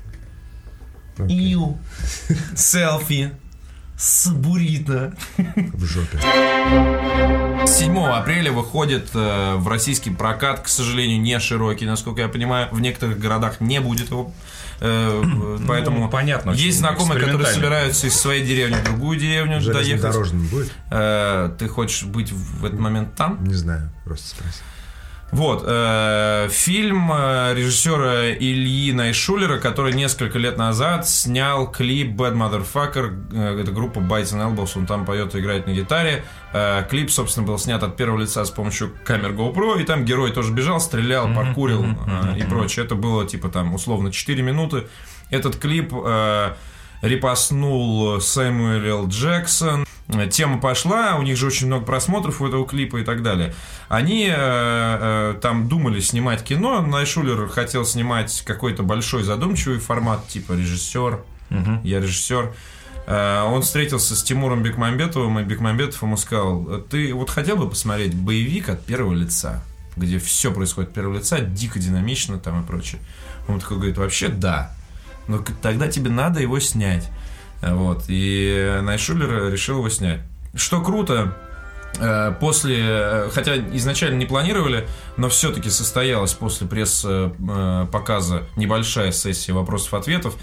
Ию. Селфи. С буррито. В жопе. седьмого апреля выходит э, в российский прокат, к сожалению, не широкий, насколько я понимаю. В некоторых городах не будет его. Э, поэтому Ну, понятно, есть очень знакомые, которые экспериментально. собираются из своей деревни в другую деревню доехать. Железнодорожным будет? Э, ты хочешь быть в этот момент там? Не знаю, просто спроси. Вот, э, фильм э, режиссера Ильи Найшулера, который несколько лет назад снял клип Bad Motherfucker, э, это группа Bites and Elbows, он там поет и играет на гитаре. Э, клип, собственно, был снят от первого лица с помощью камер GoPro, и там герой тоже бежал, стрелял, паркурил э, и прочее. Это было типа там условно четыре минуты. Этот клип э, репостнул Сэмюэл Л. Джексон. Тема пошла, у них же очень много просмотров у этого клипа и так далее. Они э, э, там думали снимать кино. Найшулер хотел снимать какой-то большой задумчивый формат, типа режиссер. Uh-huh. Я режиссер. Э, он встретился с Тимуром Бекмамбетовым, и Бекмамбетов ему сказал: ты вот хотел бы посмотреть боевик от первого лица, где все происходит от первого лица, дико динамично там и прочее. Он такой говорит: вообще да, но тогда тебе надо его снять. Вот, и Найшулер решил его снять. Что круто, после, хотя изначально не планировали, но все-таки состоялась после пресс-показа небольшая сессия вопросов-ответов,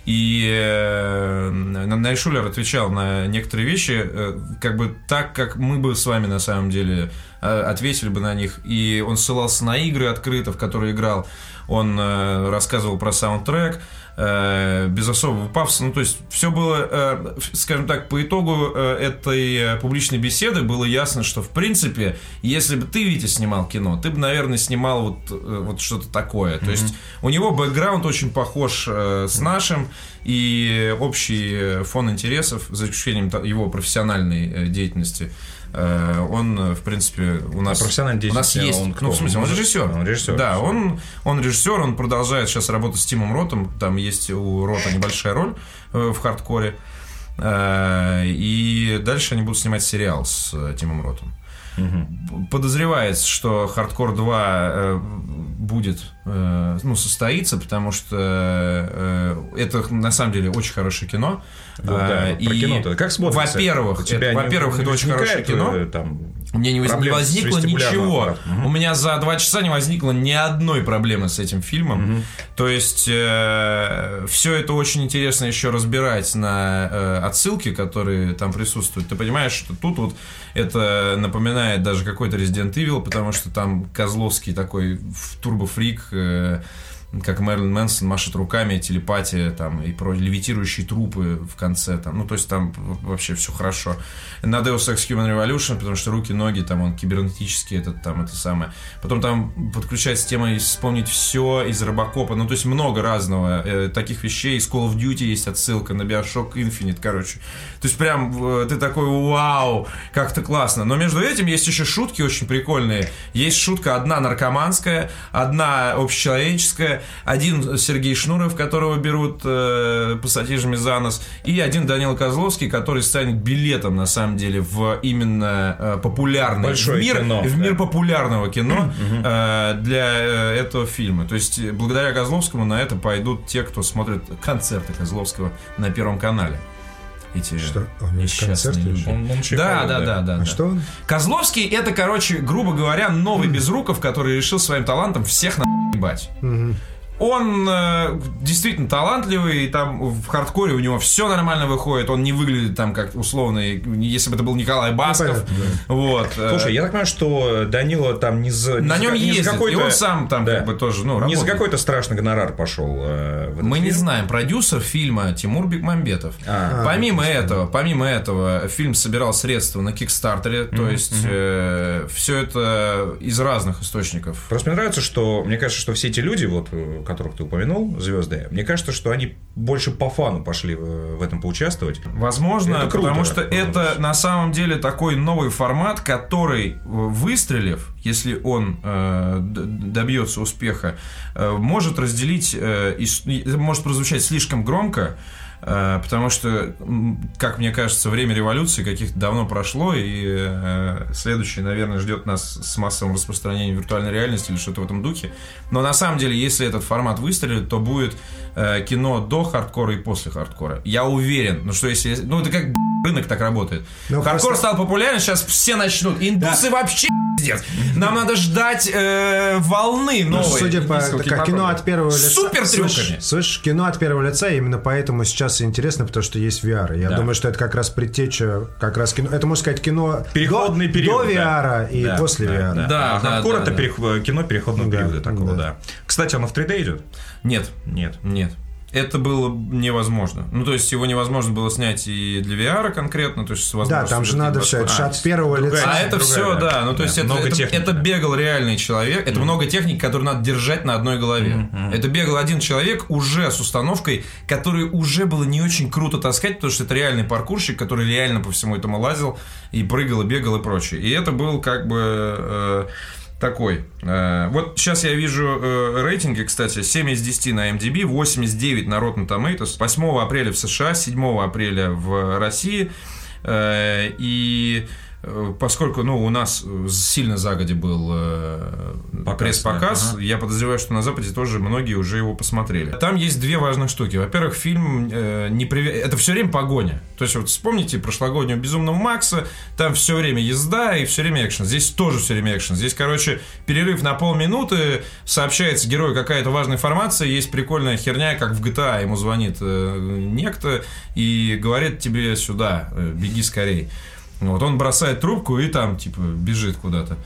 и Найшулер отвечал на некоторые вещи как бы так, как мы бы с вами на самом деле ответили бы на них. И он ссылался на игры открыто, в которые играл. Он рассказывал про саундтрек без особого пафоса. Ну, то есть, все было, скажем так, по итогу этой публичной беседы было ясно, что, в принципе, если бы ты, Витя, снимал кино, ты бы, наверное, снимал вот, вот что-то такое. Mm-hmm. То есть, у него бэкграунд очень похож с нашим, и общий фон интересов, за исключением его профессиональной деятельности, он, в принципе, у нас, профессиональной у нас есть. Он ну, в смысле, он режиссер. Он режиссер. Да, он, он режиссер, он продолжает сейчас работать с Тимом Ротом. Там есть у Рота небольшая роль в хардкоре. И дальше они будут снимать сериал с Тимом Ротом. Угу. Подозревается, что «Хардкор два» э, будет, э, ну, состоится, потому что э, это, на самом деле, очень хорошее кино. Вот, да, и, кино-то. Как смотрится? Во-первых, это, не, во-первых, не это очень хорошее кино. Там, у меня не, воз... не возникло ничего. Угу. У меня за два часа не возникло ни одной проблемы с этим фильмом. Угу. То есть э, все это очень интересно еще разбирать на э, отсылки, которые там присутствуют. Ты понимаешь, что тут вот это напоминает даже какой-то Resident Evil, потому что там Козловский такой турбофрик, э, как Мэрилин Мэнсон, машет руками, телепатия там, и про левитирующие трупы в конце. Там. Ну, то есть там вообще все хорошо. На Deus Ex Human Revolution, потому что руки, ноги, там он кибернетический, этот, там, это самое. Потом там подключается тема «Вспомнить все» из Робокопа. Ну, то есть много разного э, таких вещей. Из Call of Duty есть отсылка на Bioshock Infinite, короче. То есть прям э, ты такой «Вау, как-то классно». Но между этим есть еще шутки очень прикольные. Есть шутка одна наркоманская, одна общечеловеческая, один Сергей Шнуров, которого берут э, пассатижами за нос, и один Данила Козловский, который станет билетом, на самом деле, в именно э, популярный в мир, кино, в мир да. популярного кино э, для э, этого фильма. То есть, благодаря Козловскому на это пойдут те, кто смотрит концерты Козловского на Первом канале. Эти что? Он несчастные люди. Он, он да, да, да, да, да. А да. что он? Козловский — это, короче, грубо говоря, новый Безруков, который решил своим талантом всех наебать. Угу. Он э, действительно талантливый, и там в «Хардкоре» у него все нормально выходит, он не выглядит там как условный, если бы это был Николай Басков. Ну, да. Вот. Слушай, я так понимаю, что Данила там не за... На не нем за, ездит, не и он сам там да. как бы тоже, ну, не за какой-то страшный гонорар пошел э, в этот Мы фильм. Не знаем. Продюсер фильма Тимур Бекмамбетов. А, помимо а, этого, помимо этого, фильм собирал средства на Кикстартере, то mm-hmm, есть mm-hmm. э, все это из разных источников. Просто мне нравится, что, мне кажется, что все эти люди, вот, которых ты упомянул, звезды, мне кажется, что они больше по фану пошли в, в этом поучаствовать. Возможно, это круто, потому что это на самом деле такой новый формат, который, выстрелив, если он э, добьется успеха, э, может разделить, э, и, может прозвучать слишком громко, э, потому что, как мне кажется, время революции каких-то давно прошло, и э, следующее, наверное, ждет нас с массовым распространением виртуальной реальности или что-то в этом духе. Но на самом деле, если этот формат выстрелит, то будет э, кино до «Хардкора» и после «Хардкора». Я уверен, ну что если... Ну это как рынок так работает. Но «Хардкор» просто... стал популярен, сейчас все начнут. Индусы да. вообще пиздец. Нам надо ждать э, волны новой. Ну, судя по как кино от первого лица. Супер трюками. Слышь, кино от первого лица, именно поэтому сейчас интересно, потому что есть ви ар. Я да. думаю, что это как раз предтеча, как раз кино. Это можно сказать кино переходный до, период, до ви ар да. и да, после да, ви ар. Да, да, а да, «Хардкор» да, это да. Перех... кино переходного да, периода такого, да. да. Кстати, оно в три дэ идет? Нет. Нет. Нет. Это было невозможно. Ну, то есть его невозможно было снять и для ви ар конкретно. То есть, да, там же надо все, это а, шат с первого другая, лица. А это другая, все, да. Ну, то да, есть это, это, это бегал реальный человек. Это mm. много техник, которые надо держать на одной голове. Mm-hmm. Это бегал один человек уже с установкой, которую уже было не очень круто таскать, потому что это реальный паркурщик, который реально по всему этому лазил и прыгал, и бегал, и прочее. И это был как бы... Э, такой. Вот сейчас я вижу э, рейтинги, кстати, семь из десяти на эм ди би, восемьдесят девять на Rotten Tomatoes, восьмого апреля в США, седьмого апреля в России. Э, и поскольку, ну, у нас сильно загоди был э, пресс-показ, ага. я подозреваю, что на Западе тоже многие уже его посмотрели. Там есть две важных штуки. Во-первых, фильм э, не прив... это все время погоня. То есть вот вспомните прошлогоднюю «Безумного Макса», там все время езда и все время экшен. Здесь тоже все время экшен. Здесь, короче, перерыв на полминуты, сообщается герою какая-то важная информация, есть прикольная херня, как в джи ти эй, ему звонит э, некто и говорит тебе сюда, э, беги скорей. Вот он бросает трубку и там, типа, бежит куда-то.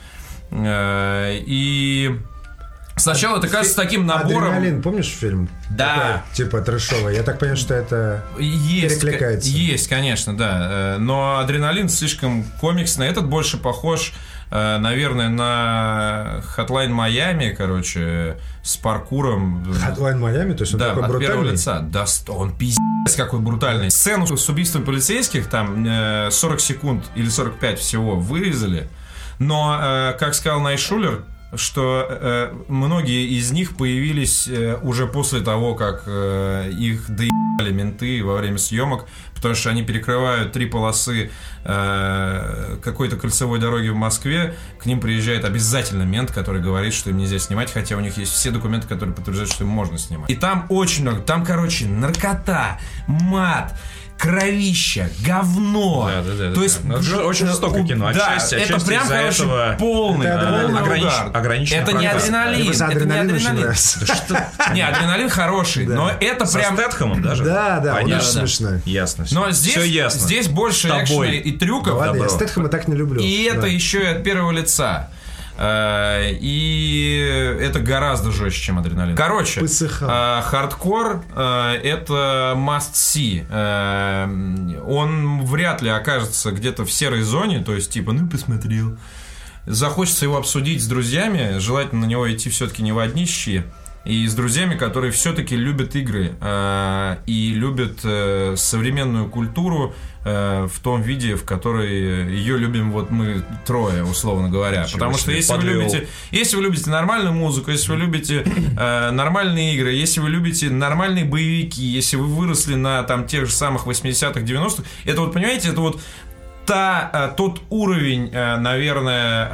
И сначала это кажется таким набором... «Адреналин», помнишь фильм? Да. Такой, типа трэшовый. Я так понимаю, что это есть, перекликается. Есть, конечно, да. Но «Адреналин» слишком комиксный. Этот больше похож, наверное, на «Hotline Miami», короче, с паркуром. «Hotline Miami», то есть он да, такой брутальный? Да, от первого лица. Да, он пиздец какой брутальный. Сцену с убийством полицейских там сорок секунд или сорок пять всего вырезали. Но, как сказал Найшулер, что э, многие из них появились э, уже после того, как э, их доебали менты во время съемок, потому что они перекрывают три полосы э, какой-то кольцевой дороги в Москве, к ним приезжает обязательно мент, который говорит, что им нельзя снимать, хотя у них есть все документы, которые подтверждают, что им можно снимать. И там очень много, там, короче, наркота, мат, кровища, говно. Да, да, да. То да, есть да. Очень жестокое кино. Да, Отчасти, это отчасти прям, короче, этого... полный, это полный огранич... угар. ограниченный Это не прокат. адреналин. Это Это не адреналин. Да что? Не, адреналин хороший, Да. но это Со прям... Стэтхэмом даже? Да, да, он Понятно. очень смешно. Ясно. Все. Но здесь, Все ясно. здесь больше экшена и трюков. Ладно, я Добро. Стэтхэма так не люблю. И это Да. еще и от первого лица. Э, И это гораздо жестче, чем адреналин. Короче, Посыхал. э, хардкор э, это must see. Э, Он вряд ли окажется где-то в серой зоне, то есть типа, ну посмотрел. Захочется его обсудить с друзьями, желательно на него идти все-таки не в одни щи. И с друзьями, которые все-таки любят игры э, и любят э, современную культуру э, в том виде, в которой ее любим вот мы трое, условно говоря. Ничего Потому что себе, если вы, подвел. любите, если вы любите нормальную музыку, если вы любите э, нормальные игры, если вы любите нормальные боевики, если вы выросли на там, тех же самых восьмидесятых, девяностых, это вот, понимаете, это вот та, э, тот уровень, э, наверное,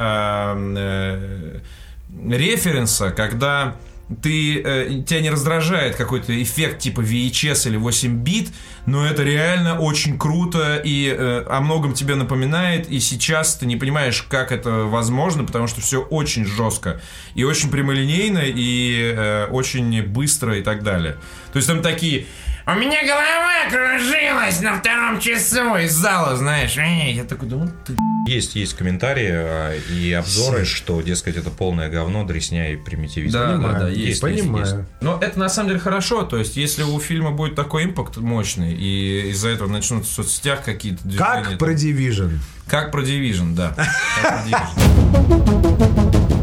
э, э, референса, когда ты, э, тебя не раздражает какой-то эффект типа ви эйч эс или восемь бит, но это реально очень круто и э, о многом тебе напоминает, и сейчас ты не понимаешь, как это возможно, потому что все очень жестко и очень прямолинейно и э, очень быстро и так далее. То есть там такие: у меня голова кружилась на втором часу из зала, знаешь. Я такой думаю, ты... Есть, есть комментарии а, и обзоры, что, дескать, это полное говно, дресня и примитивизм. Да, Понимаю, да, да, есть, понимаю. есть, есть. Но это на самом деле хорошо. То есть, если у фильма будет такой импакт мощный, и из-за этого начнут в соцсетях какие-то движения. Как про Division. Как про Division, да. Как про Division.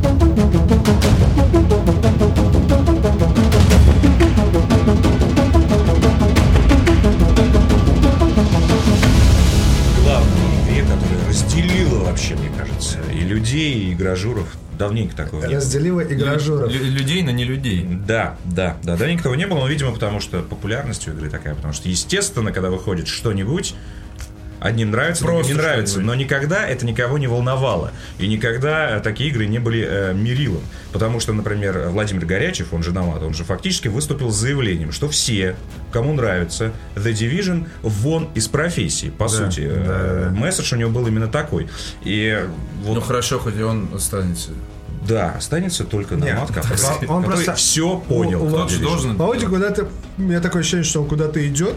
Разделила вообще, мне кажется, и людей, и игражуров. Давненько такого не Разделила игражуров. Лю- людей на не людей. Да, да, да. Давненько того не было, но, видимо, потому что популярность у игры такая. Потому что, естественно, когда выходит что-нибудь, одним нравится, другим не нравится. Но никогда это никого не волновало. И никогда такие игры не были э, мерилом. Потому что, например, Владимир Горячев, он же Номад, он же фактически выступил с заявлением, что все, кому нравится The Division, вон из профессии, по Да, сути. да, да. Месседж у него был именно такой. И вот... Ну хорошо, хоть и он останется. Да, останется только Номад, Нет, который, он который просто- все понял. у- у кто Кто-то же Division. должен... Володя куда-то... У меня такое ощущение, что он куда-то идет.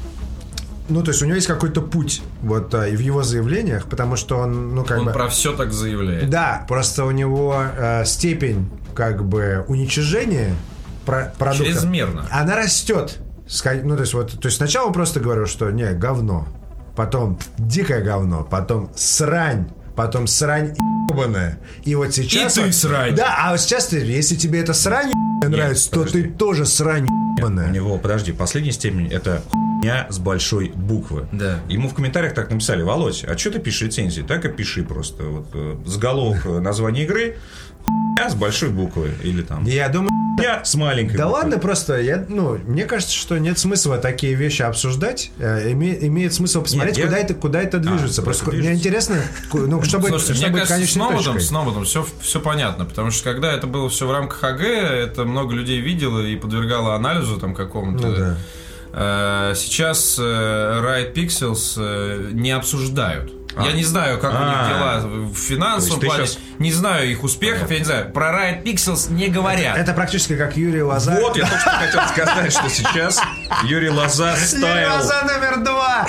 Ну, то есть у него есть какой-то путь вот а, и в его заявлениях, потому что он, ну, как Он бы... про все так заявляет. Да, просто у него э, степень, как бы, уничижения про- продукта... Чрезмерно. Она растет. Ска- Ну, то есть, вот, то есть сначала он просто говорил, что не, говно. Потом дикое говно. Потом срань. Потом срань ебаная. И вот сейчас... И ты вот- срань. Да, а вот сейчас, ты, если тебе эта срань ебаная нравится, то подожди. ты тоже срань У ебаная. него, подожди, последняя степень это хуйня с большой буквы. Да. Ему в комментариях так написали: Володь, а что ты пишешь рецензии? Так и пиши просто. Вот, э, заголовок э, названия игры хуйня с большой буквы. Или там Я думаю... хуйня с маленькой Да буквы. ладно, просто я, ну, мне кажется, что нет смысла такие вещи обсуждать. Э, име- имеет смысл посмотреть, Нет, я- куда это, куда это движется. куда Просто это мне движется. интересно, ку- ну, чтобы, Слушайте, чтобы мне кажется, с конечной Новодом, точкой. с Новодом все, все понятно, потому что когда это было все в рамках АГ, это много людей видело и подвергало анализу там какому-то. Ну да. Э, Сейчас э, Riot Pixels э, не обсуждают. А. Я не знаю, как у них А. дела в финансовом То есть ты плане, щас- не знаю их успехов, я не знаю. Про Riot Pixels не говорят. Это практически как Юрий Лоза. Вот, я только что хотел сказать, что сейчас Юрий Лоза Юрий стайл. Лоза номер два.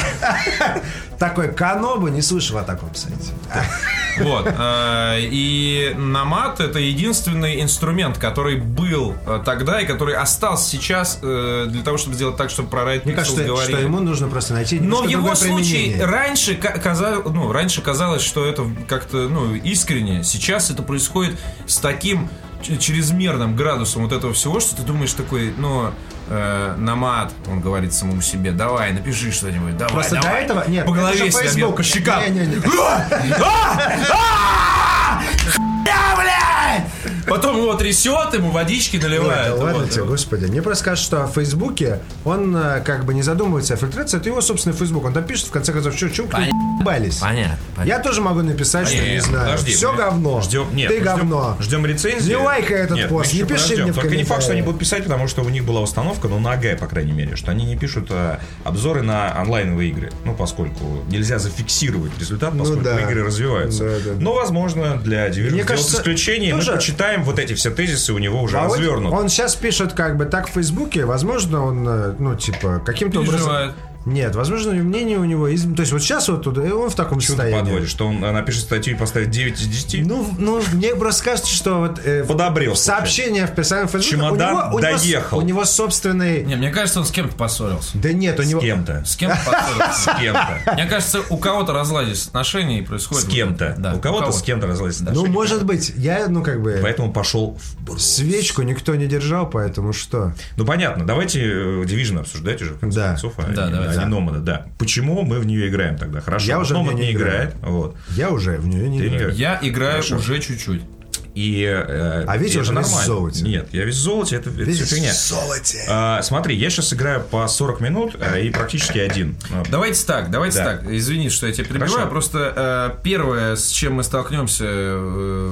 Такой Канобу не слышал о таком сайте. Вот. э, И Номад — это единственный инструмент, который был э, тогда и который остался сейчас э, для того, чтобы сделать так, чтобы про Riot Мне Pixels кажется, что, говорили. что ему нужно просто найти Но немножко в его другое случае применение. раньше, ка- казалось, ну, раньше казалось, что это как-то ну, искренне. Сейчас это происходит с таким ч- чрезмерным градусом вот этого всего, что ты думаешь такой, ну, э, Номад, он говорит самому себе: давай, напиши что-нибудь, давай, Просто давай. до этого... Нет, По это голове же себя Facebook. бил, по щекам. Не-не-не. Я, блядь! Потом его трясет, ему водички наливают. Ой, да ладно вот. тебе, господи. Мне просто кажется, что в Фейсбуке он э, как бы не задумывается о фильтрации. Это его собственный Фейсбук. Он там пишет, в конце концов, что, что вы ебались. Понятно, понятно. Я тоже могу написать, что Нет, не знаю. подожди, Все мы говно. Ждем, нет, Ты мы ждем, говно. Ждем рецензии. Не лайкай этот Нет, пост, мы не еще пиши подождем. мне в Только не факт, что они комментариях. будут писать, потому что у них была установка, ну, на АГ, по крайней мере, что они не пишут а, обзоры на онлайновые игры. Ну, поскольку нельзя зафиксировать результат, поскольку да. игры развиваются. Да, да. Но, возможно, для Division Мне сделать кажется, исключение, тоже- мы почитаем вот эти все тезисы у него уже А вот развернуты. он сейчас пишет как бы так в Фейсбуке, возможно, он, э, ну, типа, каким-то Переживает. образом... Нет, возможно, мнение у него... из- То есть вот сейчас вот туда, он в таком Почему ты состоянии. подводишь? Что он а, напишет статью и поставит девять из десяти? Ну, ну, мне просто кажется, что вот э, Подобрел, в сообщение в персональном Фейсбуке Чемодан у него, у него с- доехал. у него собственный... Не, мне кажется, он с кем-то поссорился. Да нет, у С него... кем-то. С кем-то поссорился. С кем-то. Мне кажется, у кого-то разладились отношения и происходит... С кем-то. Да, У кого-то с кем-то разладились Ну, отношения. может быть, я, ну, как бы... Поэтому пошел в брус. Свечку никто не держал, поэтому что? Ну, понятно. Давайте э, Division обсуждать уже в конце Да. концов, а Да, не, давайте. а не Номада, да. Почему мы в нее играем тогда? Хорошо. Я уже в Номад нее не не играет. Вот. Я уже в нее не Ты не играю. играешь? Я играю Хорошо. уже чуть-чуть. И, э, А Витя и уже это весь в нормально. золоте. Нет, я весь в золоте, это, это Весь всё фигня. в золоте. А, смотри, я сейчас играю по сорок минут э, и практически один. А, Давайте так, давайте Да. так. Извини, что я тебя перебиваю. Хорошо. Просто э, первое, с чем мы столкнемся э,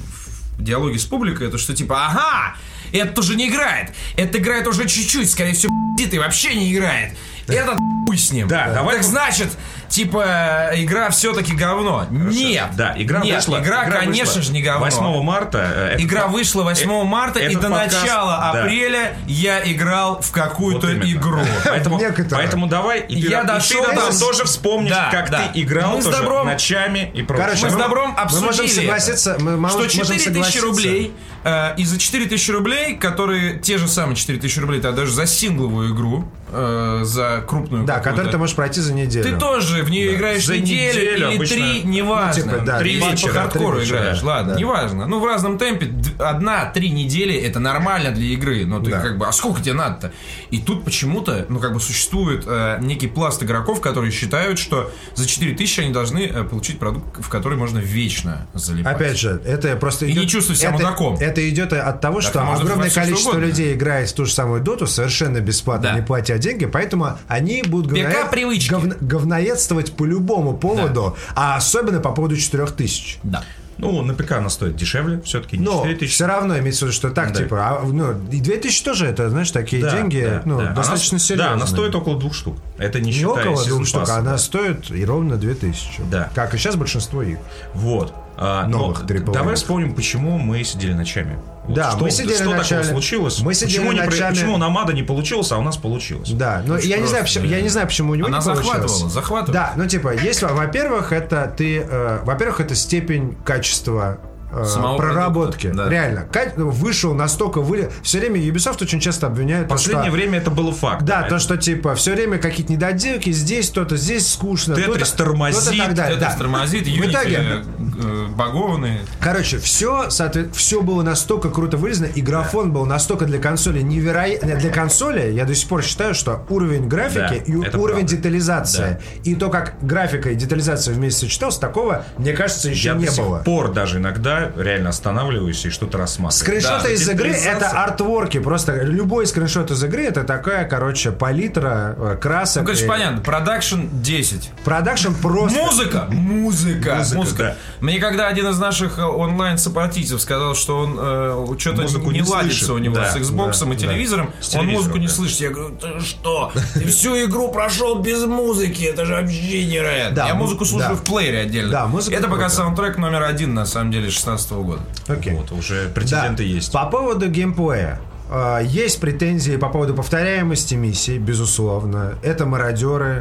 в диалоге с публикой, это что типа, ага, это уже не играет. Это играет уже чуть-чуть, скорее всего, б***ь, и вообще не играет. Этот хуй с ним. Да, давай Так вот- значит, типа, игра все-таки говно. Нет. Да, игра Нет, вышла. игра, конечно вышла же, не говно. восьмого марта. э, это- Игра вышла восьмого э, марта, и этот до подкаст- начала да. апреля я играл в какую-то Вот именно. игру. Поэтому, Некоторые. поэтому давай и ты, Я и дошел ты должен до- тоже вспомнить, Да, как да. ты играл Мы с тоже Добром- ночами и прочее. Мы с Добром обсудили Мы можем это. согласиться, мы мо- что можем четыре тысячи согласиться. рублей, э, и за четыре тысячи рублей, которые те же самые четыре тысячи рублей, тогда даже за сингловую игру, э, за крупную Да, какую-то, который ты можешь пройти за неделю. ты тоже в нее играешь За неделю, неделю или обычно, три, неважно. ну, типа, да, три три вечера, вечера, по хардкору три вечера, играешь, ладно, да. неважно. Ну, в разном темпе, д- одна-три недели это нормально для игры, но ты Да. как бы, а сколько тебе надо-то? И тут почему-то, ну, как бы существует э, некий пласт игроков, которые считают, что за четыре тысячи они должны э, получить продукт, в который можно вечно залипать. Опять же, это просто И идет, не чувствуй себя это, мудаком. это идет от того, что можно огромное во всё, что количество угодно. людей играет в ту же самую доту совершенно бесплатно, Да. не платя деньги, поэтому они будут Бека говноед- привычки. говн- говноедствовать по любому поводу, а особенно по поводу четырех тысяч. Да. Ну, на ПК она стоит дешевле, все-таки не Но четыре тысячи. все равно имеется в виду, что так, Да. типа, а, ну, и две тысячи тоже, это, знаешь, такие Да, деньги, да, ну, да. достаточно она, серьезные. Да, она стоит около двух штук. Это не, не считая около Season двух штук, Pass, она да. стоит и ровно две тысячи. Да. Как и сейчас большинство игр. Вот. А, Новых но трипл эй. давай вспомним, почему мы сидели ночами. Вот Да, что, мы сидели что ночами. такого случилось? Мы сидели почему, не про- ночами. почему у Намада не получилось, а у нас получилось? Да, но я не, знаю, почему, я не знаю, почему у него Она не получилось. захватывала, захватывала. Да, ну типа, есть, во-первых, это ты, э, во-первых, это степень качества э, Самого проработки. продукта, да. Реально. Ка- вышел настолько вы... Все время Ubisoft очень часто обвиняют. В то, последнее что... время это было факт. Да, Это- то, что типа все время какие-то недоделки, здесь то-то, здесь скучно. Тетрис то-то- тормозит, то-то так далее. Это Да. тормозит, В Unity итоге, э, багованный. короче, все, все было настолько круто вырезано, и графон был настолько для консоли невероятно. Для консоли я до сих пор считаю, что уровень графики Да, и это уровень правда. детализации, и то, как графика и детализация вместе сочеталась, такого, мне кажется, еще Я не до сих было. пор даже иногда реально останавливаюсь и что-то рассматриваю. Скриншоты Да, из игры — детализация. это артворки. Просто любой скриншот из игры — это такая, короче, палитра э, красок. Ну, короче, и- понятно, продакшн десять. Продакшн просто... Музыка! Музыка! Музыка, Музыка. да. Мне когда один из наших э, онлайн-сопартийцев сказал, что он э, что-то Музыку не, не ладится слышит. у него Да, с Xbox да, и телевизором, да. С он телевизором, музыку не да. слышит. Я говорю, ты что? Ты всю игру прошел без музыки, это же вообще невероятно. Да, Я му- музыку слушаю да. в плеере отдельно. Да, музыка это пока круто. саундтрек номер один, на самом деле, шестнадцатого года. Окей. Вот, уже Да. претенденты есть. По поводу геймплея. э, Есть претензии по поводу повторяемости миссий, безусловно. Это мародеры.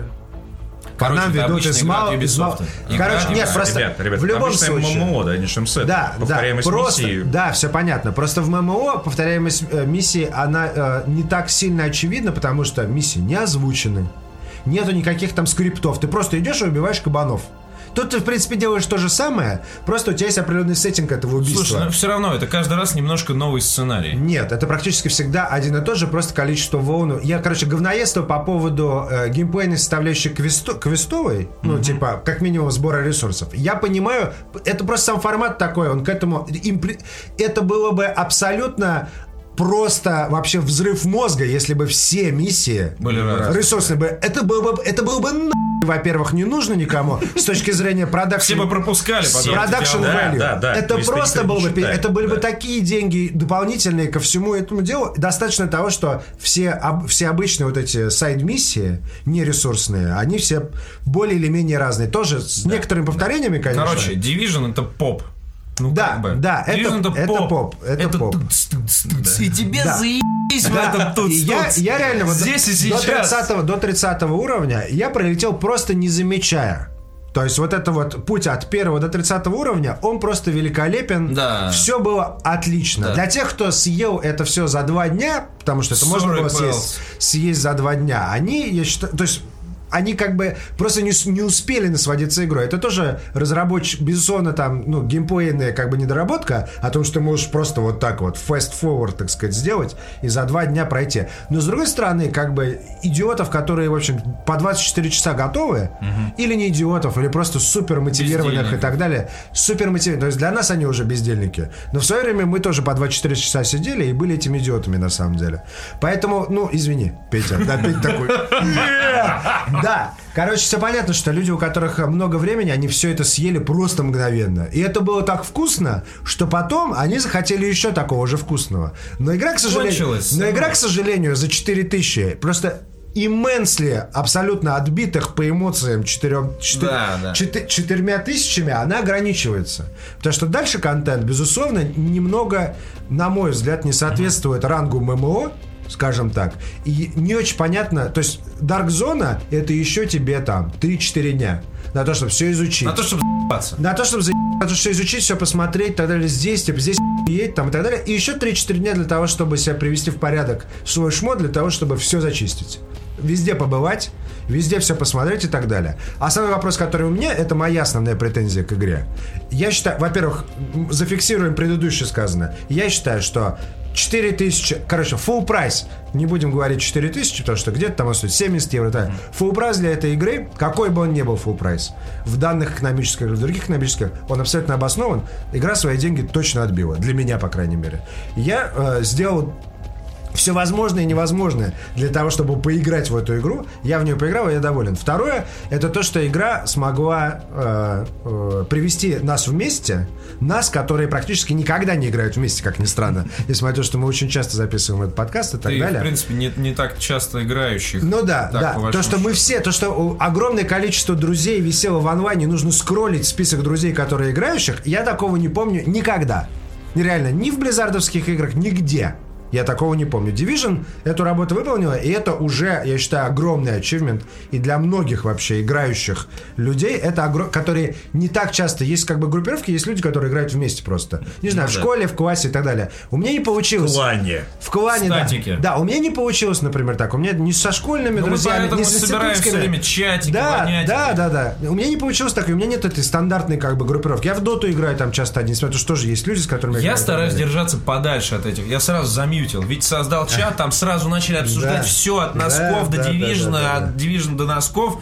По Короче, нам это ведут обычная из игра мало... от из мало- Ubisoft. Игра Короче, от нет, Ubisoft. просто Ребят, ребят, в любом обычное случае... ММО, да, не шемсет. Да, да, Повторяемость просто, миссии. да, все понятно. Просто в ММО повторяемость э, миссии, она э, не так сильно очевидна, потому что миссии не озвучены. нету никаких там скриптов. Ты просто идешь и убиваешь кабанов. Тут ты, в принципе, делаешь то же самое, просто у тебя есть определенный сеттинг этого убийства. Слушай, но все равно это каждый раз немножко новый сценарий. Нет, это практически всегда один и тот же, просто количество волн. Я, короче, говноедство по поводу э, геймплейной составляющей квесто, квестовой, mm-hmm. ну, типа, как минимум сбора ресурсов. Я понимаю, это просто сам формат такой, он к этому... Импли... Это было бы абсолютно... Просто вообще взрыв мозга, если бы все миссии были ресурсные бы. Это было бы, это было бы нахуй, во-первых, не нужно никому с точки зрения продакшн. Все бы пропускали потом. Продакшн value. Да, да, это просто было бы, считает, это были да. бы такие деньги дополнительные ко всему этому делу. Достаточно того, что все, об, все обычные вот эти сайд-миссии, не ресурсные, они все более или менее разные. Тоже с да. некоторыми повторениями, конечно. Короче, Division это поп. Ну, да, как бы. да, это, это, это поп. поп. Это, это поп. Да. И тебе да. заебись да. в этот тут. Я, я реально вот здесь и сейчас. До тридцатого, до тридцатого уровня я пролетел просто не замечая. То есть вот это вот путь от первого до тридцатого уровня, он просто великолепен. Да. Все было отлично. Да. Для тех, кто съел это все за два дня, потому что это можно было съесть, съесть за два дня, они, я считаю, то есть они как бы просто не, не успели насладиться игрой. Это тоже разработчик, безусловно, там, ну, геймплейная как бы недоработка о том, что ты можешь просто вот так вот fast forward, так сказать, сделать и за два дня пройти. Но, с другой стороны, как бы идиотов, которые, в общем, по двадцать четыре часа готовы, угу. или не идиотов, или просто супер мотивированных и так далее, супер мотивированных. То есть для нас они уже бездельники. Но в свое время мы тоже по двадцать четыре часа сидели и были этими идиотами на самом деле. Поэтому, ну, извини, Петя. Да, Петя такой... Да, короче, все понятно, что люди, у которых много времени, они все это съели просто мгновенно. И это было так вкусно, что потом они захотели еще такого же вкусного. Но игра, к сожалению, но игра, к сожалению, за четыре тысячи просто имменсли, абсолютно отбитых по эмоциям четырем, четыре, да, да. четы, четырьмя тысячами, она ограничивается. Потому что дальше контент, безусловно, немного, на мой взгляд, не соответствует mm-hmm. рангу ММО, скажем так. И не очень понятно. То есть Dark Zone это еще тебе там три-четыре дня на то, чтобы все изучить. На то, чтобы за***аться. На то, чтобы за***ться, на то, чтобы изучить, все посмотреть, и так далее. Здесь, типа, здесь едь, там, и так далее. И еще три-четыре дня для того, чтобы себя привести в порядок свой шмот, для того, чтобы все зачистить. Везде побывать, везде все посмотреть и так далее. А самый вопрос, который у меня, это моя основная претензия к игре. Я считаю, во-первых, зафиксируем предыдущее сказанное. Я считаю, что четыре тысячи, короче, full прайс, не будем говорить четыре тысячи, потому что где-то там он стоит семьдесят евро, так. Full прайс для этой игры, какой бы он ни был full прайс, в данных экономических, в других экономических, он абсолютно обоснован, игра свои деньги точно отбила, для меня, по крайней мере. Я э, сделал все возможное и невозможное для того, чтобы поиграть в эту игру. Я в нее поиграл, и я доволен. Второе, это то, что игра смогла э, э, привести нас вместе, нас, которые практически никогда не играют вместе, как ни странно, несмотря на то, что мы очень часто записываем этот подкаст и так Ты, далее. в принципе, не, не так часто играющих. Ну да, так, да. То, что мы все, то, что огромное количество друзей висело в онлайне, нужно скроллить список друзей, которые играющих, я такого не помню никогда. Нереально, ни в близзардовских играх, нигде. Я такого не помню. Division эту работу выполнила, и это уже, я считаю, огромный ачивмент. И для многих вообще играющих людей, это огром... которые не так часто... Есть как бы группировки, есть люди, которые играют вместе просто. Не знаю, ну, в да. школе, в классе и так далее. У меня не получилось. В клане. В клане, да. Да, у меня не получилось, например, так. У меня не со школьными Но друзьями, мы не с собираем все время чатики, да, вонятики. Да, да, да. У меня не получилось так, и у меня нет этой стандартной как бы группировки. Я в доту играю там часто один, несмотря на то, что тоже есть люди, с которыми я Я играю. стараюсь держаться подальше от этих. Я сразу замьютил. Ведь создал чат, там сразу начали обсуждать да. все от носков да, до Division, да, да, да, да. от Division до носков.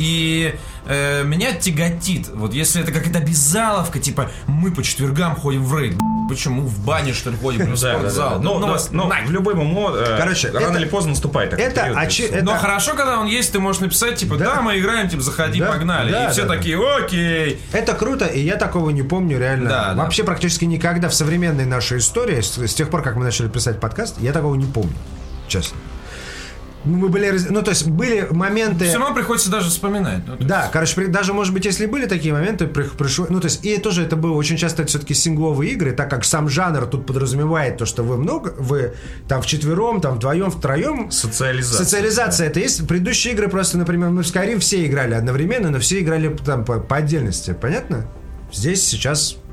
И э, меня тяготит. Вот если это какая-то обязаловка, типа мы по четвергам ходим в рейд. Почему в бане, что ли, ходим в спортзал? Ну, в любой ММО рано или поздно наступает такой период. Но хорошо, когда он есть, ты можешь написать, типа, да, мы играем, типа, заходи, погнали. И все такие, окей. Это круто, и я такого не помню реально. Вообще практически никогда в современной нашей истории, с тех пор, как мы начали писать подкаст, я такого не помню. Честно. Мы были, ну, то есть были моменты. Все равно приходится даже вспоминать. Ну, да, есть... короче, при, даже, может быть, если были такие моменты, при, пришло, ну, то есть, и тоже это было очень часто, это все-таки сингловые игры, так как сам жанр тут подразумевает то, что вы много, вы там вчетвером, там вдвоем, втроем. Социализация. Социализация, да. Это есть. Предыдущие игры просто, например, мы в Skyrim все играли одновременно, но все играли там по, по отдельности, понятно? Здесь сейчас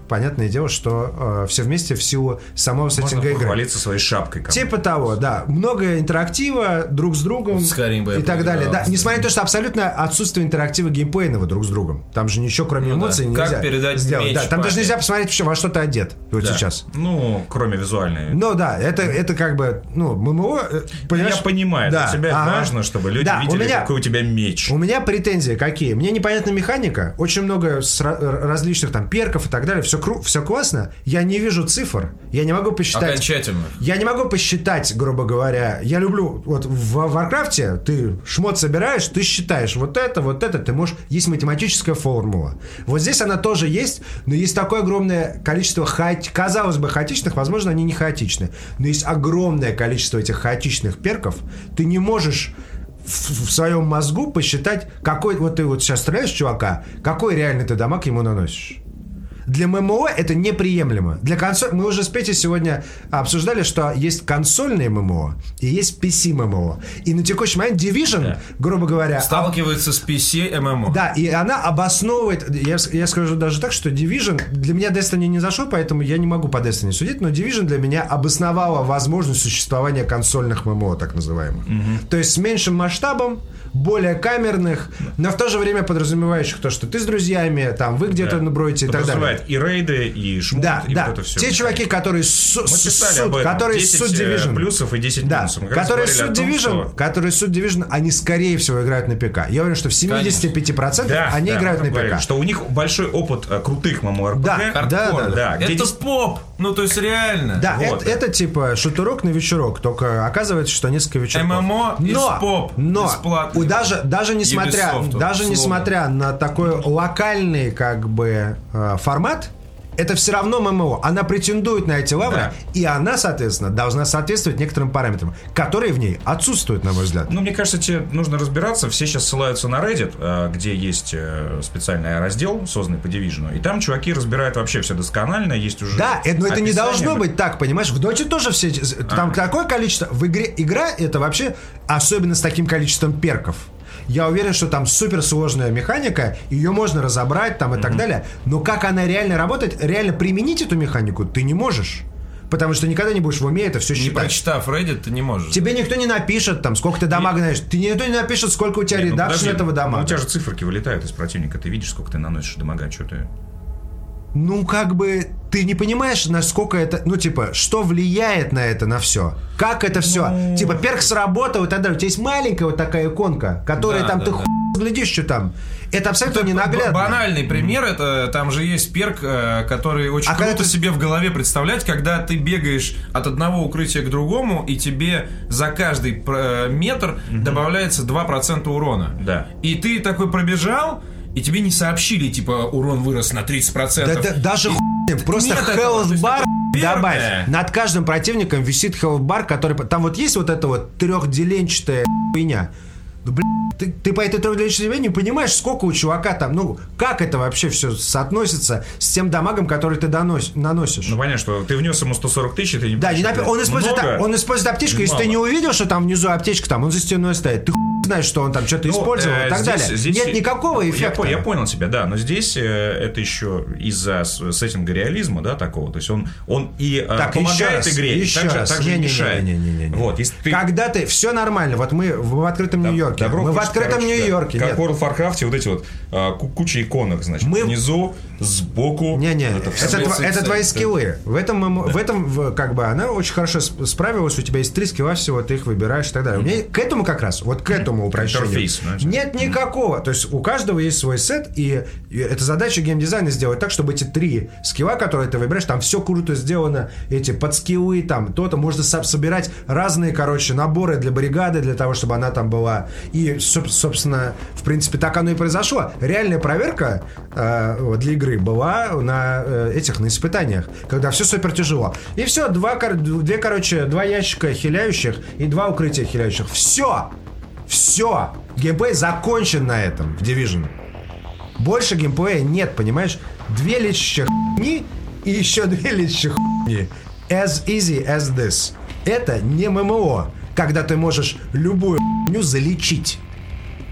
понятное дело, что э, все вместе в силу самого сеттинга игры. Можно похвалиться своей шапкой. Кому-то. Типа того, да. Много интерактива друг с другом Skyrim и так далее. Да. Несмотря на то, что абсолютно отсутствие интерактива геймплейного друг с другом. Там же ничего, кроме ну, эмоций, да. нельзя как передать сделать. Меч да, там папе. даже нельзя посмотреть, во что ты одет вот да. сейчас. Ну, кроме визуальной. Ну да, это, это как бы, ну, ММО, понимаешь? Я понимаю, да. для тебя ага. важно, чтобы люди да, видели, меня, какой у тебя меч. У меня претензии какие? Мне непонятна механика, очень много различных там перков и так далее, все, все классно, я не вижу цифр, я не могу посчитать. Окончательно. Я не могу посчитать, грубо говоря. Я люблю, вот в Варкрафте ты шмот собираешь, ты считаешь вот это, вот это, ты можешь, есть математическая формула. Вот здесь она тоже есть, но есть такое огромное количество, хаот... казалось бы, хаотичных, возможно, они не хаотичны, но есть огромное количество этих хаотичных перков, ты не можешь в, в своем мозгу посчитать, какой, вот ты вот сейчас стреляешь чувака, какой реальный ты дамаг ему наносишь. Для ММО это неприемлемо. Для консоль... Мы уже с Петей сегодня обсуждали, что есть консольные ММО и есть пи си ММО. И на текущий момент Division, да. грубо говоря... сталкивается об... с пи си ММО. Да, и она обосновывает... Я, я скажу даже так, что Division... Для меня Destiny не зашел, поэтому я не могу по Destiny судить, но Division для меня обосновала возможность существования консольных ММО, так называемых. Угу. То есть с меньшим масштабом, более камерных, но в то же время подразумевающих то, что ты с друзьями, там, вы где-то да. бродите и так далее. И рейды, и шмут, да, и да. вот это все. Те чуваки, которые суд, которые суд Division, плюсов и десять да. минусов. Которые суд Division, что... которые суд Division, они скорее всего играют на ПК. Я уверен, что в семьдесят пять процентов да, они да, играют на ПК. Что у них большой опыт крутых ММО-РПГ. Да, да, да, да. Это здесь... поп, ну то есть реально. Да, вот, это, да. это типа шутурок на вечерок, только оказывается, что несколько вечерков. ММО но, из поп, но бесплатный. даже даже несмотря Ubisoft, даже словно. несмотря на такой локальный как бы формат. Это все равно ММО. Она претендует на эти лавры, да. и она, соответственно, должна соответствовать некоторым параметрам, которые в ней отсутствуют, на мой взгляд. Ну, мне кажется, тебе нужно разбираться. Все сейчас ссылаются на Reddit, где есть специальный раздел, созданный по Division, и там чуваки разбирают вообще все досконально, есть уже да, но это описание. Не должно быть так, понимаешь? В Доте тоже все... Там а. такое количество... В игре... Игра это вообще... Особенно с таким количеством перков. Я уверен, что там суперсложная механика, ее можно разобрать там и mm-hmm. так далее, но как она реально работает, реально применить эту механику ты не можешь. Потому что никогда не будешь в уме это все считать. Не прочитав Reddit, ты не можешь. Тебе никто не напишет, там, сколько ты дамага наносишь. Ты никто не напишет, сколько у тебя не, редакшн ну, этого дамага. Ну, у тебя же циферки вылетают из противника. Ты видишь, сколько ты наносишь дамага, что ты... Ну, как бы, ты не понимаешь, насколько это, ну, типа, что влияет на это, на все. Как это все. Ну... Типа, перк сработал и так далее. У тебя есть маленькая вот такая иконка, которая да, там, да, ты да. хуй глядишь, что там. Это абсолютно это ненаглядно. Банальный пример, mm-hmm. это там же есть перк, который очень а круто ты... себе в голове представлять, когда ты бегаешь от одного укрытия к другому, и тебе за каждый метр mm-hmm. добавляется два процента урона. Да. И ты такой пробежал, и тебе не сообщили, типа, урон вырос на тридцать процентов. Да, да, даже и... хуй, просто health bar добавь. Над каждым противником висит health bar, который... Там вот есть вот эта вот трехделенчатая хуйня. Ну, блин, ты, ты по этой трехделенчатой хуйне не понимаешь, сколько у чувака там... Ну, как это вообще все соотносится с тем дамагом, который ты донос, наносишь? Ну, понятно, что ты внес ему сто сорок тысяч, и ты не... Да, не напи... он, использует, много, он использует аптечку, если ты не увидел, что там внизу аптечка, там, он за стеной стоит, ты знаешь, что он там что-то ну, использовал э, и так здесь, далее. Здесь Нет никакого эффекта. Я, я понял тебя, да, но здесь э, это еще из-за сеттинга реализма, да, такого. То есть он, он и э, так, помогает раз, игре, еще так, раз. так же не, мешает. Не, не, не, не, не. Вот, ты... Когда ты... Все нормально. Вот мы в, в открытом да, Нью-Йорке. Добро, мы пусть, в открытом короче, Нью-Йорке. Да. Как в World of Warcraft, вот эти вот а, куча иконок, значит, мы... внизу, сбоку. Не-не, это, это, это, это твои скиллы. В этом, да. в этом в, как бы, она очень хорошо справилась. У тебя есть три скилла всего, ты их выбираешь и так далее. Mm-hmm. У меня к этому как раз, вот к этому упрощению. Интерфейс, нет никакого. То есть у каждого есть свой сет, и, и это задача геймдизайна сделать так, чтобы эти три скилла, которые ты выбираешь, там все круто сделано, эти подскиллы, там то-то, можно собирать разные, короче, наборы для бригады, для того, чтобы она там была. И, собственно, в принципе, так оно и произошло. Реальная проверка э, для игры была на э, этих, на испытаниях, когда все супер тяжело. И все, два, две, короче, два ящика хиляющих и два укрытия хиляющих. Все! Все! Геймплей закончен на этом в Division. Больше геймплея нет, понимаешь? Две лечащих хуйни и еще две лечащих хуйни. As easy as this. Это не ММО, когда ты можешь любую хуйню залечить.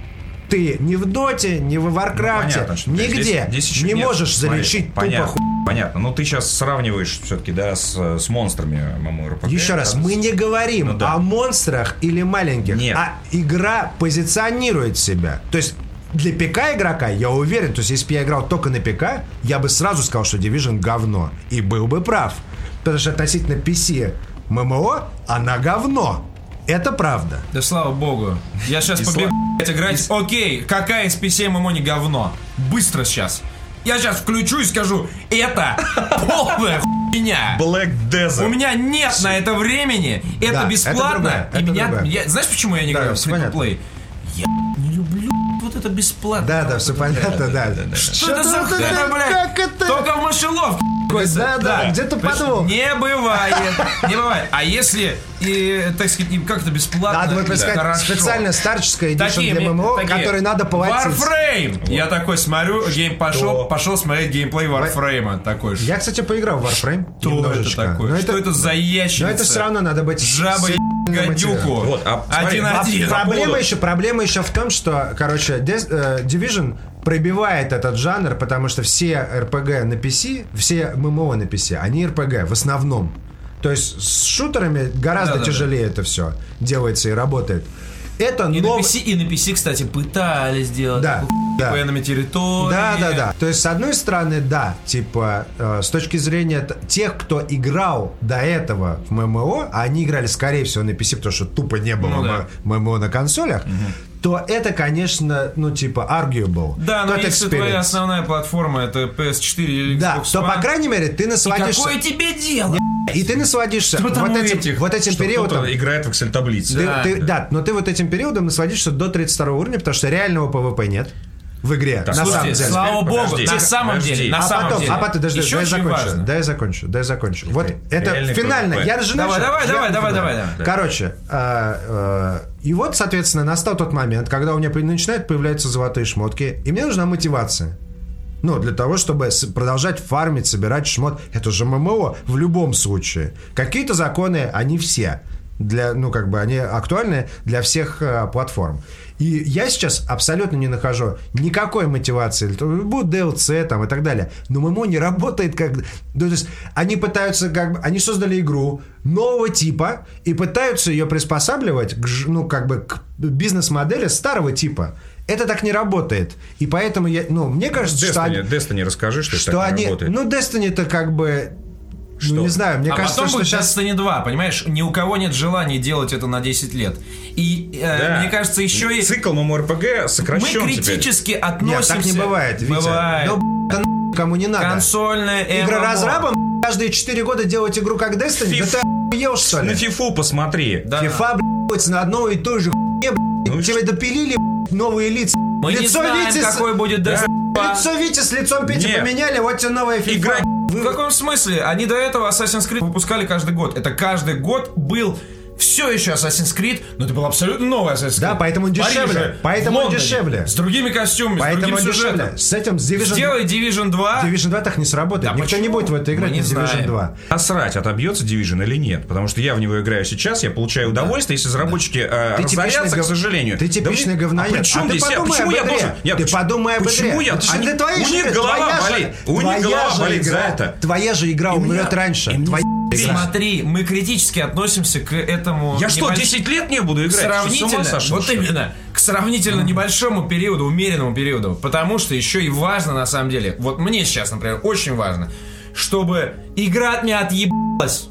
ты ни в Доте, ни в Варкрафте, ну, нигде здесь, здесь не нет. можешь залечить Смотри, тупо понятно, хуй. Понятно, но ты сейчас сравниваешь все-таки, да, с, с монстрами MMORPG. Еще да, раз, с... мы не говорим ну, да. о монстрах или маленьких, Нет. а игра позиционирует себя. То есть для ПК-игрока, я уверен, то есть если бы я играл только на ПК, я бы сразу сказал, что Division говно. И был бы прав. Потому что относительно пи си ММО, она говно. Это правда. Да слава богу. Я сейчас побегу играть. Окей, какая из пи си ММО не говно? Быстро сейчас. Я сейчас включу и скажу, это полная хуйня. Black Desert. У меня нет на это времени. Это Да, бесплатно. это другое, и это меня, другое. я, знаешь, почему я не Да, играю в всё понятно. фри-то-плей? Я не люблю вот это бесплатно. Да, да, все понятно, да. Что это за хуйня, блядь? Как это? Только в мышеловке. Да, да, где-то подвох. Не бывает. Не бывает. А если, и, так сказать, не как-то бесплатно, Надо вот сказать, хорошо. специально старческая эдишн Такие, для ММО, такие. который надо платить. Warframe! Я такой смотрю, гейм пошел, пошел смотреть геймплей Warframe такой же. Я, кстати, поиграл в Warframe. Что немножечко. это такое? Но Что это за ящерица? Но это все равно надо быть Жаба сильным гадюку. материалом. Вот, а смотри, Один-один. по Проблема поводу- еще, проблема еще в том, что, короче, Des- э, Division пробивает этот жанр, потому что все эр пи джи на пи си, все ММО на пи си, они эр пи джи в основном. То есть с шутерами гораздо Да-да-да. тяжелее это все делается и работает. Это И, нов- на пи си, и на пи си, кстати, пытались сделать Да, такую да. военными территориями. Да, да, да. То есть, с одной стороны, да, типа, э, с точки зрения т- тех, кто играл до этого в ММО, а они играли, скорее всего, на пи си, потому что тупо не было Ну, да. ММО на консолях, то это, конечно, ну, типа, arguable. Да, но Not если твоя experience. основная платформа это пи эс четыре или Xbox Да, то, One, по крайней мере, ты насладишься... какое тебе дело? И ты насладишься Что там вот у этим, этих? вот этим Что периодом. кто-то играет в Excel-таблице. Ты- Да. ты- да, но ты вот этим периодом насладишься до тридцать второго уровня, потому что реального ПВП нет в игре. Так, на слушайте, самом деле. Слава богу, Подожди, на самом подожди. деле, на А самом потом, деле. а потом, подожди, Еще дай я очень закончу, важно. дай я закончу, дай я закончу. Вот это реальный финально, ПВП. я даже Давай, начал. давай, Я- давай, давай, давай, давай. Короче, а, а, и вот, соответственно, настал тот момент, когда у меня при- начинают появляться золотые шмотки, и мне нужна мотивация. Ну, для того, чтобы с- продолжать фармить, собирать шмот. Это же ММО в любом случае. Какие-то законы, они все. Для, ну, как бы они актуальны для всех э, платформ. И я сейчас абсолютно не нахожу никакой мотивации. Будут ди эл си там и так далее. Но ММО не работает как... Ну, то есть они пытаются как бы... Они создали игру нового типа и пытаются ее приспосабливать к, ж- ну, как бы к бизнес-модели старого типа. Это так не работает. И поэтому я... Ну, мне кажется, что... Destiny, они- Destiny, расскажи, что, что это так не они... работает. Ну, Destiny-то как бы... Что? Ну, не знаю, мне А кажется, потом что будет сейчас... Destiny два, понимаешь? Ни у кого нет желания делать это на десять лет. И э, Да. мне кажется, еще и... Цикл MMORPG Мы сокращен теперь. критически Нет, относимся... так не бывает, Витя. Бывает. Ну, да ну, кому не надо. Консольная ММО. Игроразрабам каждые четыре года делать игру как Destiny? Фиф- Да ты охуел, что ли? На фифу посмотри. Да. FIFA, блядь, на одной и той же хуйне, блядь. Ну и Тебе допилили, блядь, новые лица. Мы не знаем, Вити с- какой будет Destiny два. Лицо Вити с лицом Пети Нет. поменяли, вот тебе новая FIFA. Игра- В каком смысле? Они до этого Assassin's Creed выпускали каждый год. Это каждый год был все еще Assassin's Creed, но это был абсолютно новый Assassin's Creed. Да, поэтому он В Париже, дешевле. Поэтому в он Лондоне, дешевле. С другими костюмами, Поэтому с другим дешевле. сюжетом. С этим, с Division... Сделай Division два. Division два так не сработает. Да Никто почему? не будет в это играть Мы не на Division знаем. два. Насрать, отобьется Division или нет. Потому что я в него играю сейчас, я получаю удовольствие, если разработчики э, Ты типичный разорятся, гов- к сожалению. Ты типичный Да вы- говноед. А, при чем А ты здесь я? подумай Почему об я игре. должен... Нет, Ты почему- подумай об Почему игре. я... Это же Они- для твоей У же- них голова твоя же- болит. У них твоя голова же болит за игра- это. Твоя же игра умрет раньше. Твоя игра. Смотри, мы критически относимся к этому... Я что, небольш- десять лет не буду к играть? Ты что, с ума сравнительно, сошел, вот что ли? именно, к сравнительно небольшому периоду, умеренному периоду, потому что еще и важно, на самом деле, вот мне сейчас, например, очень важно, чтобы игра от меня отъебалась.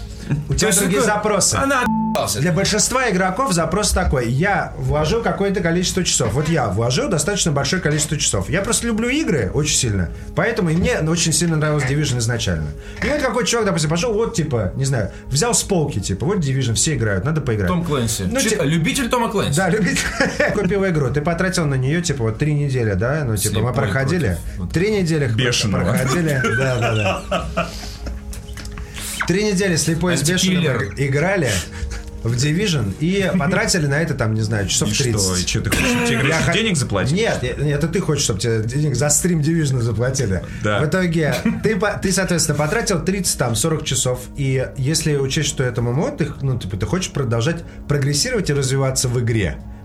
У тебя есть другие такое- запросы. Она отъебалась. Для большинства игроков запрос такой. Я вложил какое-то количество часов. Вот я вложил достаточно большое количество часов. Я просто люблю игры очень сильно. Поэтому и мне очень сильно нравился Division изначально. И вот какой чувак, допустим, пошел, вот, типа, не знаю, взял с полки, типа, вот Division, все играют, надо поиграть. Том Клэнси. Ну, Чи- ти- Любитель Тома Клэнси. Да, любить. Купил игру. Ты потратил на нее, типа, вот три недели, да? Ну, типа, мы Слепой проходили. против- Три недели Бешеного. проходили. Да, да, да. Три недели слепой с бешеным Антикиллер. играли в Division и потратили на это, там, не знаю, часов И что, тридцать. и что ты хочешь? Тебе говорят, Я х- денег заплатить? Нет, я- это ты хочешь, чтобы тебе денег за стрим Division заплатили. Да. В итоге ты, по- ты, соответственно, потратил тридцать, там, сорок часов. И если учесть, что это ММО, ты, ну, типа, ты хочешь продолжать прогрессировать и развиваться в игре.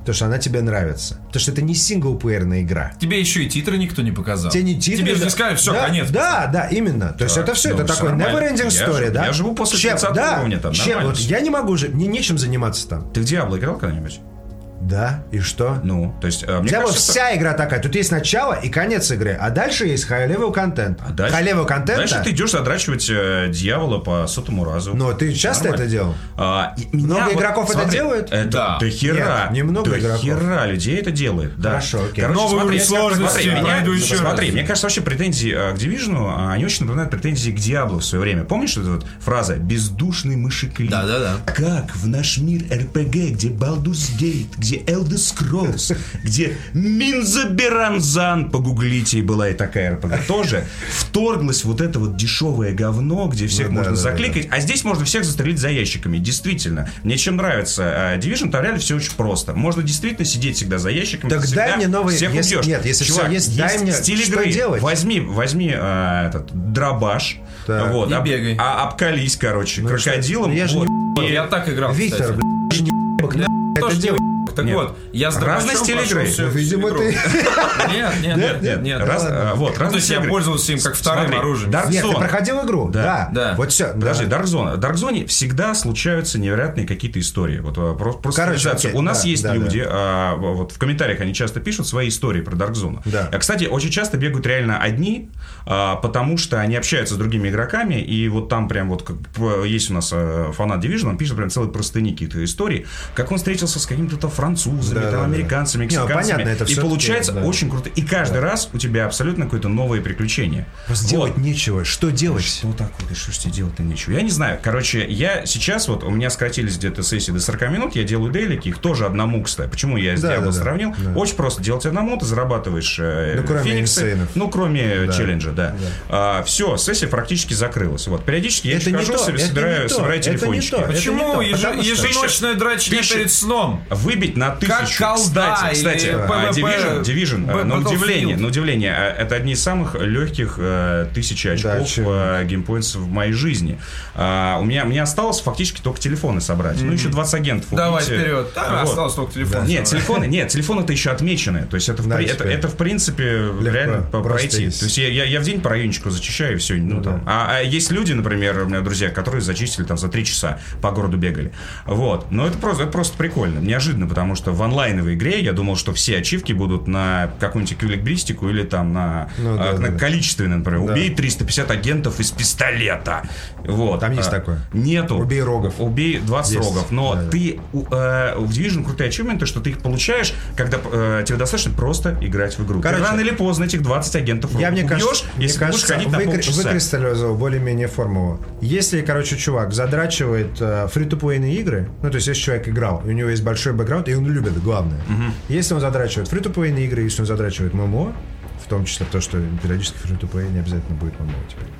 Потому что она тебе нравится. Потому что это не синглплеерная игра. Тебе еще и титры никто не показал. Тебе не титры. Тебе же да, не сказали, все, да, конец. Да, да, именно. То есть Так, это все, ну, это все такой нормально. never-ending Я story, жив- да? я живу после Чем- тридцатого да, уровня, там чем- нормально вот всё. я не могу же, мне нечем заниматься там. Ты в Diablo играл когда-нибудь? Да, и что? Ну, то есть, э, мне Diablo кажется, вся игра такая. Тут есть начало и конец игры, а дальше есть high-level контент. А дальше, High-level контента. дальше ты идешь задрачивать э, дьявола по сотому разу. Но ты часто Нормально. это делал? А, и меня Много вот, игроков это смотри, делают? Это Да. до хера. Нет, немного до игроков. хера людей это делает. Да. Хорошо, окей. Короче, Новый смотри, уровень сложности, смотри, меня- пройду еще смотри, раз. мне кажется, вообще претензии э, к Division, а, они очень напоминают претензии к Diablo в свое время. Помнишь вот эта вот фраза «бездушный мышеклин»? Да-да-да. Как в наш мир эр пи джи, где Baldur's Gate, где Elder Scrolls, где Минза Беранзан, погуглите, и была и такая эр пи джи тоже, вторглась вот это вот дешевое говно, где всех Ну да, можно да, закликать, а здесь можно всех застрелить за ящиками. Действительно. Мне чем нравится э, Division, там реально все очень просто. Можно действительно сидеть всегда за ящиками. Так ты дай всегда мне новые- всех если- убьешь. нет, если Чувак, всё есть, дай мне, стиль что игры. делать? Возьми, возьми э, этот дробаш. Так. Вот, И об- бегай. а, обкались, короче, Ну, крокодилом. я же вот. не И- Я так играл, Виктор, кстати. блядь, же не ебок, Я нахуй это тоже не делать. Так Нет. вот, я с Разный дробашом стиль прошел игры. всю- Ну, всю видимо, игру. ты- Нет, нет, нет, нет, нет. Раз, ладно. а, вот, Ну, то разные есть я игры. пользовался им как вторым Смотри, оружием. Dark Нет, ты Zone. проходил игру? Да. Да. Вот все. Подожди, Dark Zone. В Dark Zone всегда случаются невероятные какие-то истории. Вот а, про, про Короче, стилизацию. окей, У нас да, есть да, люди, а, вот в комментариях они часто пишут свои истории про Dark Zone. Да. А, кстати, очень часто бегают реально одни, а, потому что они общаются с другими игроками, и вот там прям вот как, п- есть у нас а, фанат Division, он пишет прям целые простыни какие-то истории, как он встретился с какими-то французами, Да, там, да, да. американцами, Не, ну, мексиканцами. понятно, это и всё-таки, получается да. очень круто. И каждый раз у тебя абсолютно какое-то новое приключение. Просто Вот. делать нечего. Что делать? Что такое? Что ж тебе делать-то нечего? Я не знаю. Короче, я сейчас вот, у меня сократились где-то сессии до сорок минут, я делаю дейлики, их тоже одному, кстати. Почему я с Да, Diablo да, да. сравнил? Да. Очень просто делать одному, ты зарабатываешь э, Ну, кроме фениксы. инсейнов. Ну, кроме Да. челленджа, да. все, сессия практически закрылась. Вот, периодически я Это еще не хожу, то, себе это собираю, не то, собираю это не телефончики. то. Это Почему? не то, Еже- потому что- Еженочная драчня пишет- перед сном. Выбить на тысячу. Как колда Кстати, кстати, или а, пэ вэ пэ, Division, Division, Б- а, на Battlefield. удивление, на удивление, а, это одни из самых легких э, тысячи очков чем? э, геймпоинтс в моей жизни. А, у меня мне осталось фактически только телефоны собрать. Ну, еще двадцать агентов Давай убить. вперед. Да, Вот. осталось только телефон. Нет, телефоны, нет, телефоны-то еще отмечены. То есть это, в, Да, при- это, теперь. это в принципе реально по- просто пройти. есть. То есть я, я, я в день по райончику зачищаю, и все. Ну, Ну там. да. а, а есть люди, например, у меня друзья, которые зачистили там за три часа по городу бегали. Вот. Но это просто, это просто прикольно, неожиданно, потому что в онлайновой игре я думал, что все ачивки будут на какую-нибудь эквилибристику или там на, Ну да, а, да, на да. количественное, например. Да. Убей триста пятьдесят агентов из пистолета. Вот. Там есть А, такое. Нету. Убей рогов. Убей двадцать Есть. рогов. Но Да, да. ты у- э, в Division крутые ачивменты, что ты их получаешь, когда э, тебе достаточно просто играть в игру. Короче, ты рано или поздно этих двадцать агентов Я, мне убьешь, кажется, мне если будешь кажется, ходить на выкри- полчаса. выкристаллизовал более-менее формулу. Если, короче, чувак задрачивает э, фри-то-плейные игры, ну, то есть, если человек играл, и у него есть большой бэкграунд, и он любит, главное. Если он задрачивает фри-то-плейные игры, если он задрачивает ММО, в том числе то, что периодически фри-то-плей не обязательно будет ММО теперь,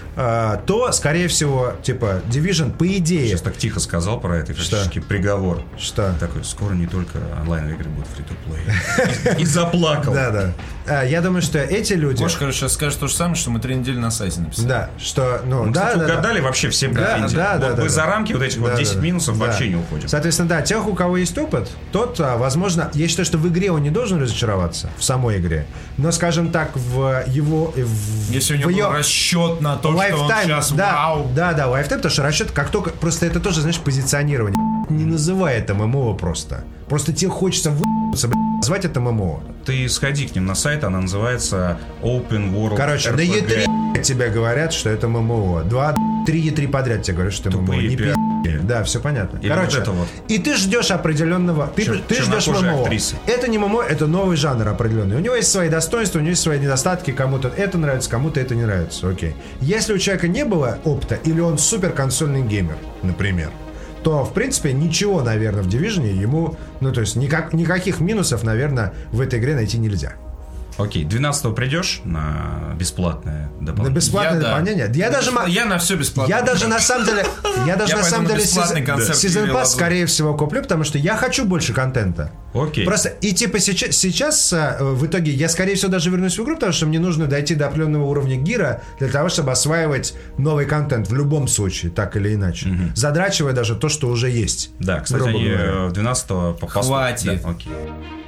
а, то, скорее всего, типа, Division, по идее... Сейчас так тихо сказал про это, и Что? фактически приговор. Что? Такой, скоро не только онлайн-игры будут фри-то-плей. И заплакал. Да, да. А, я думаю, что эти люди... Гоша, короче, сейчас скажет то же самое, что мы три недели на сайте написали. Да, что, ну, Мы, да, кстати, да, да. угадали вообще все Да, претензии. да, да, Вот да, мы да. за рамки вот этих вот Да, десять да, да. минусов Да. вообще не уходим. Соответственно, да, тех, у кого есть опыт, тот, а, возможно, я считаю, что в игре он не должен разочароваться, в самой игре, но, скажем так, в его... В, Если у него в был её расчет на то, что он лайфтайм, сейчас да, вау. да, да, лайфтайм, потому что расчет, как только, просто это тоже, знаешь, позиционирование. Не называй это ММО просто. Просто тебе хочется выебаться, блядь, назвать это ММО. Ты сходи к ним на сайт, она называется Open World Короче, эр на пи джи. Е три тебе говорят, что это ММО. Два, три Е три подряд тебе говорят, что это ММО. Тупые Не пиар- пи***. Да, все понятно. Или Короче, вот это вот. и ты ждешь определенного... Ты, Чер- ты ждешь чернокожие ММО. актрисы. Это не ММО, это новый жанр определенный. У него есть свои достоинства, у него есть свои недостатки. Кому-то это нравится, кому-то это не нравится. Окей. Если у человека не было опыта, или он супер консольный геймер, например, то, в принципе, ничего, наверное, в Division ему... Ну, то есть, никак, никаких минусов, наверное, в этой игре найти нельзя. Окей, двенадцатого придешь на бесплатное дополнение? На бесплатное Я, дополнение? да. Я даже... Я на все бесплатно. Я даже на самом деле... Я даже Я на самом пойду на деле бесплатный концерт Season Юрия Pass, Лозы. скорее всего, куплю, потому что я хочу больше контента. Окей. Просто, и типа сейчас, сейчас э, в итоге я, скорее всего, даже вернусь в игру, потому что мне нужно дойти до определенного уровня гира для того, чтобы осваивать новый контент в любом случае, так или иначе. Угу. Задрачивая даже то, что уже есть. Да, кстати, грубо они говоря. двенадцатого по Хватит. Да, окей.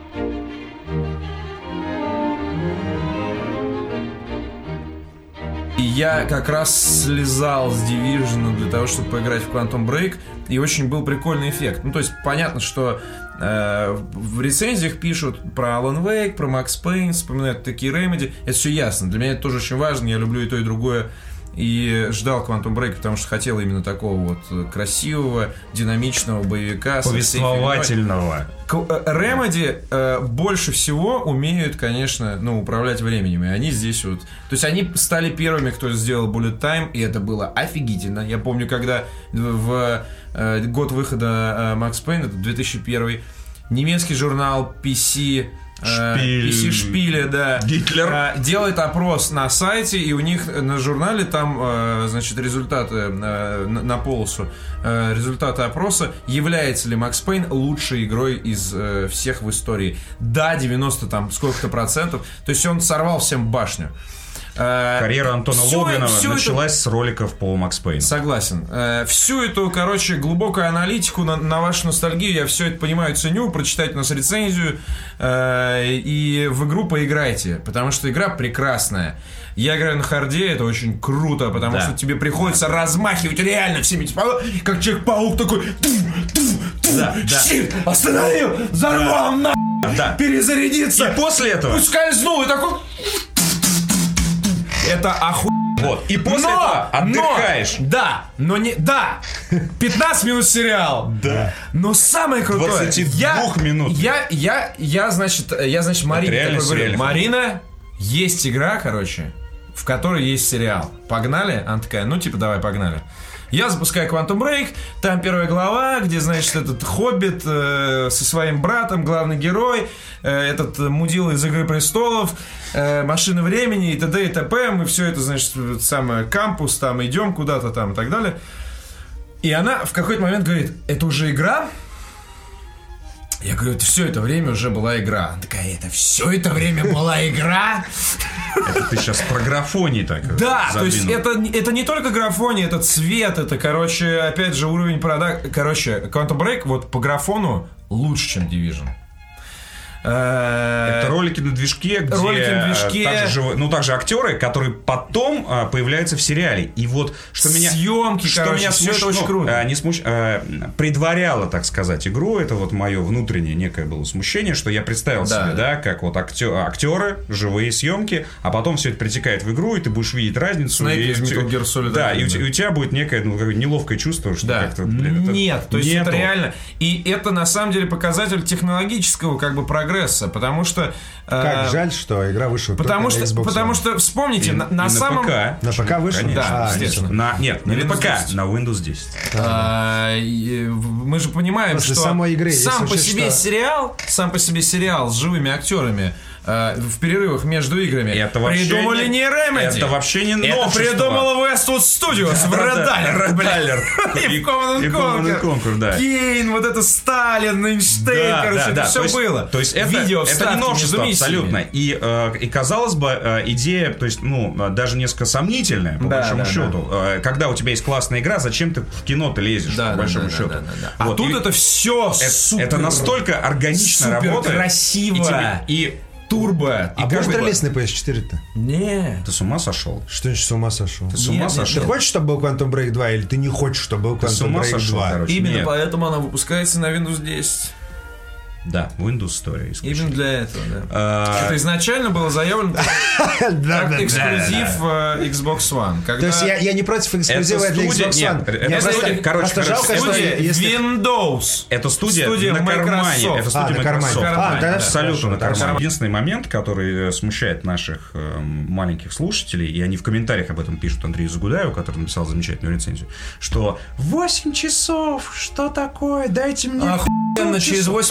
И я как раз слезал с Division для того, чтобы поиграть в Quantum Break, и очень был прикольный эффект. Ну, то есть, понятно, что э, в рецензиях пишут про Alan Wake, про Max Payne, вспоминают такие Remedy. Это все ясно. Для меня это тоже очень важно. Я люблю и то, и другое. И ждал Quantum Break, потому что хотел именно такого вот красивого, динамичного боевика. Повествовательного. Remedy э, больше всего умеют, конечно, ну, управлять временем. И они здесь вот... То есть они стали первыми, кто сделал Bullet Time, и это было офигительно. Я помню, когда в э, год выхода э, Max Payne, это две тысячи первый, немецкий журнал пи си... Шпиль. пи си Шпиле, да. Гитлер. А, делает опрос на сайте, и у них на журнале там, а, значит, результаты а, на, на полосу, а, результаты опроса, является ли Макс Пейн лучшей игрой из а, всех в истории. Да, девяносто там сколько-то процентов. То есть он сорвал всем башню. Карьера Антона Всю- Логвинова всю началась эту- с роликов по Макс Пейну. Согласен. Э, Всю эту, короче, глубокую аналитику на, на вашу ностальгию, я все это понимаю, ценю. Прочитайте у нас рецензию э, и в игру поиграйте, потому что игра прекрасная. Я играю на харде, это очень круто, потому Да. что тебе приходится размахивать реально всеми этими, как Человек-паук такой. Да, да. Щит, остановил, взорвал, на, Да. перезарядиться. И после этого... Скользнул и такой. Это оху... Вот. И после но, этого отдыхаешь. Но, да, но не... Да, пятнадцать минут сериал. Да. Но самое крутое... двадцать две я, минут. Я, я, я, значит, я, значит, Марине реально такой говорю, сериал. Марина, есть игра, короче, в которой есть сериал. Погнали? Она такая, ну, типа, давай, погнали. Я запускаю Quantum Break, там первая глава, где, значит, этот хоббит э, со своим братом, главный герой, э, этот мудила из Игры Престолов, э, машина времени и т.д. и т.п. Мы все это, значит, самое, кампус, там, идем куда-то там и так далее. И она в какой-то момент говорит, это уже игра? Я говорю, это все это время уже была игра. Она такая, это все это время была игра? Это ты сейчас про графоний так Да, то есть задвинул. это, это не только графония, это цвет, это, короче, опять же, уровень продакт. Короче, Quantum Break вот по графону лучше, чем Division. Это ролики на движке, где Ролики на движке. также, живо- ну, также актеры, которые потом а, появляются в сериале. И вот что меня, Съемки, что короче, меня всё это смущ- очень ну, круто. а, не смущ- а, предваряло, так сказать, игру. Это вот мое внутреннее некое было смущение, что я представил Да, себе, да. да, как вот актё- актеры, живые съемки, а потом все это притекает в игру, и ты будешь видеть разницу. Snake и из у тебя- Metal Gear Solid Да, и у, один, те- да. и у тебя будет некое ну, какое-то неловкое чувство, что Да. как-то, блин, это Нет, то есть нету. это реально. И это на самом деле показатель технологического как бы прогресса, потому что. Как э, жаль, что игра вышла Потому только на что, Xbox потому One. что вспомните, И- на, и на на самом. ПК. На ПК вышла? Конечно, Да, конечно. естественно. На, нет, не На на Windows ПК, десять. на Windows десять. А, и, мы же понимаем, После что самой игры, сам если по что- себе сериал, сам по себе сериал с живыми актерами э, в перерывах между играми Это вообще придумали не- не Remedy. это вообще не Это новшество. придумала Westwood Studios в Red Редалер. И в Command И and Command and Conquer. Conquer, да. Кейн, вот это Сталин, Эйнштейн, Да, короче, да, это да. все То есть- было. То есть это, Видео, это вставки не новшество между миссиями. абсолютно. И, э, и казалось бы, э, идея, то есть, ну, э, даже несколько сомнительная, по Да, большому да, счету. Э, Когда у тебя есть классная игра, зачем ты в кино ты лезешь, Да, по да, большому да, счету? да, да, да. А Вот, тут и это все это, супер. это настолько органично супер работает. красиво. И, тебе- и турбо. А как будешь бы- релиз на пи эс четыре-то? Не. ты с ума сошел? Что значит с ума сошел? Ты с Нет, ума нет, сошел? Ты хочешь, чтобы был Quantum Break два, или ты не хочешь, чтобы был Ты с Quantum ума Break сошел, два? короче? Именно Нет. поэтому она выпускается на Windows десять. Да, Windows Story. Именно для этого, да. А, Это изначально было заявлено как Да-да-да. эксклюзив э, Xbox One. Когда... То есть я, я не против эксклюзива Это для студия- Xbox нет, One. это Я просто, студия- короче, просто жалко, короче, что Студия если... Windows. Это студия, Студия на кармане. Microsoft. Это студия А, на кармане. Microsoft. А, Да, тогда абсолютно хорошо, на кармане. хорошо. Единственный момент, который э, смущает наших э, маленьких слушателей, и они в комментариях об этом пишут Андрею Загудаеву, который написал замечательную рецензию, что восемь часов, что такое, дайте мне Охуенно, полчаса». через восемь часов, а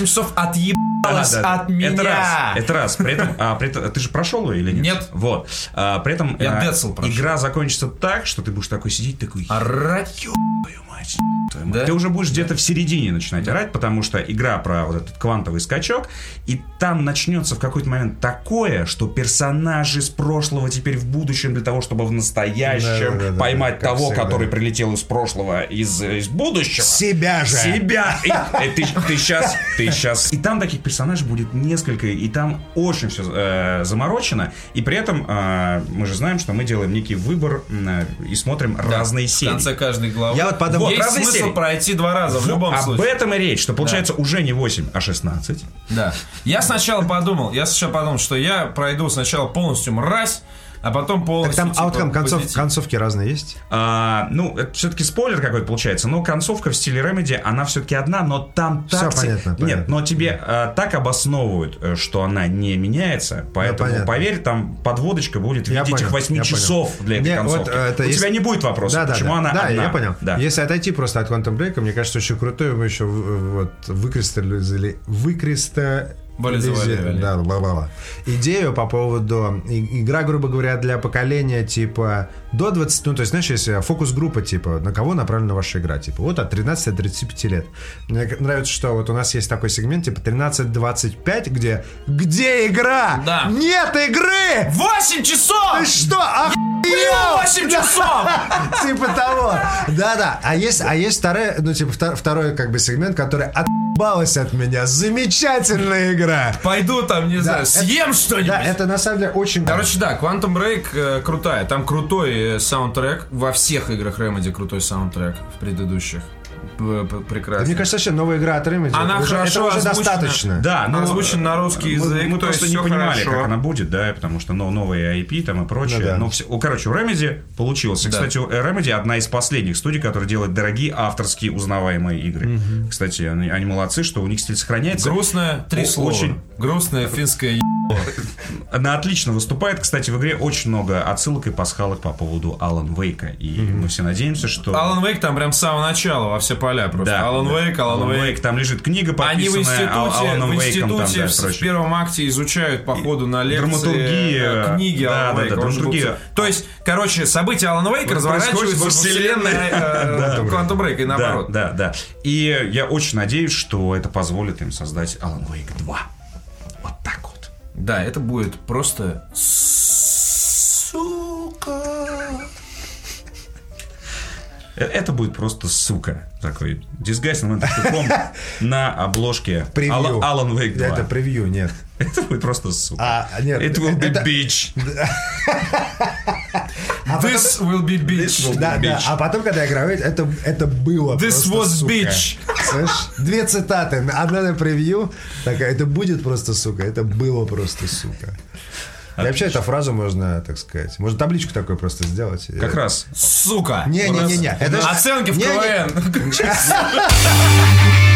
отъебалась Да, да, от да. меня. Это раз, это раз. При этом, а, при этом, ты же прошел ее или нет? Нет. Вот. А, при этом Я а, Dead Cell прошел. игра закончится так, что ты будешь такой сидеть, такой, Орать. твою мать, твою мать. Да? Ты уже будешь где-то в середине начинать орать, потому что игра про вот этот квантовый скачок, и там начнется в какой-то момент такое, что персонажи с прошлого теперь в будущем для того, чтобы в настоящем Да, да, да, поймать да, того, всегда. который прилетел из прошлого, из, из будущего. Себя же! Себя! И, и ты, ты сейчас, ты сейчас. И там таких персонажей будет несколько, и там очень все э, заморочено. И при этом э, мы же знаем, что мы делаем некий выбор э, и смотрим Да, разные в серии. конце каждой главы. Я вот подумал, Есть разные смысл серии. пройти два раза в любом Об случае. этом и речь, что получается уже не восемь, а шестнадцать. Да. Я сначала подумал, я сначала подумал, что я пройду сначала полностью мразь, а потом Так полностью. там типа, ауткам, концов, позитив. концовки разные есть? А, ну, это все-таки спойлер какой-то получается, но концовка в стиле Remedy, она все-таки одна, но там Всё так... те- понятно, Нет, понятно. но тебе а, так обосновывают, э, что она не меняется, поэтому, понятно. поверь, там подводочка будет в Я виде этих понял, восьми я часов понял. для этой Не, вот, концовки. э, это У есть- тебя не будет вопроса, Да, да, почему да. она Да, одна. я понял. Да. Если отойти просто от Quantum Break, мне кажется, очень крутой, мы еще в- вот выкристаллизовали, выкристаллизовали, Вализовали. да, бла-бла-бла. Идею по поводу и- игра, грубо говоря, для поколения типа до двадцати, ну то есть, знаешь, если фокус-группа типа на кого направлена ваша игра, типа вот от тринадцати до тридцати пяти лет. Мне нравится, что вот у нас есть такой сегмент типа тринадцать двадцать пять, где где игра? Да. Нет игры! Восемь часов! Ты что, охуел? Восемь часов! Типа того. Да-да. А есть, а есть второй, ну, типа, втор- второй, как бы, сегмент, который отъебалась от меня. Замечательная игра. Пойду там, не знаю, это- съем что-нибудь. Да, это на самом деле очень... Короче, да, Quantum Break э, крутая. Там крутой э, саундтрек. Во всех играх Remedy крутой саундтрек в предыдущих. П- п- Прекрасно. Мне кажется, вообще новая игра от Remedy. Она уже, хорошо это уже озвучена. достаточно. Да, но Озвучен на русский язык. Мы, мы то просто есть не всё понимали, хорошо. как она будет, да, потому что ну, новые ай пи там и прочее. Ну да. Но все, о, короче, у Remedy получилось. И, Да. кстати, у Remedy одна из последних студий, которая делает дорогие авторские узнаваемые игры. Кстати, они, они молодцы, что у них стиль сохраняется. Грустная, три О- слова. очень- Грустная финская е... Она отлично выступает. Кстати, в игре очень много отсылок и пасхалок по поводу Алан Вейка. И мы все надеемся, что... Алан Вейк там прям с самого начала во все поля просто. Да, Алан да. Вейк, Алан Вейк. Там лежит книга, Они в подписанная Ал- институте, Аланом в Вейком. Там, институте да, в, в прочее. первом акте изучают по ходу на лекции Драматургия. э, книги Да, Алана да, Вейка. да, Он же был- драматургия. То есть, короче, события Алана Вейка Вот разворачиваются происходит во во вселенной вселенной. э, Quantum Break и наоборот. Да, да, да. И я очень надеюсь, что это позволит им создать Alan Wake два. Вот так вот. Да, это будет просто сука. Э, Это будет просто сука. Такой disgusting moment на обложке Превью. Ал- Alan Wake два. Это превью, нет. Это будет просто сука. А, нет. It will be это- bitch. This will be bitch. Да, да. Bitch. А потом, когда я играю, это, это было This просто was сука. bitch. Слышь, две цитаты. Одна на превью. Такая, это будет просто сука. Это было просто сука. И вообще эту фразу можно, так сказать, можно табличку такую просто сделать. Как раз. Сука. Не-не-не-не. Это ж- Оценки в Не-не. КВН.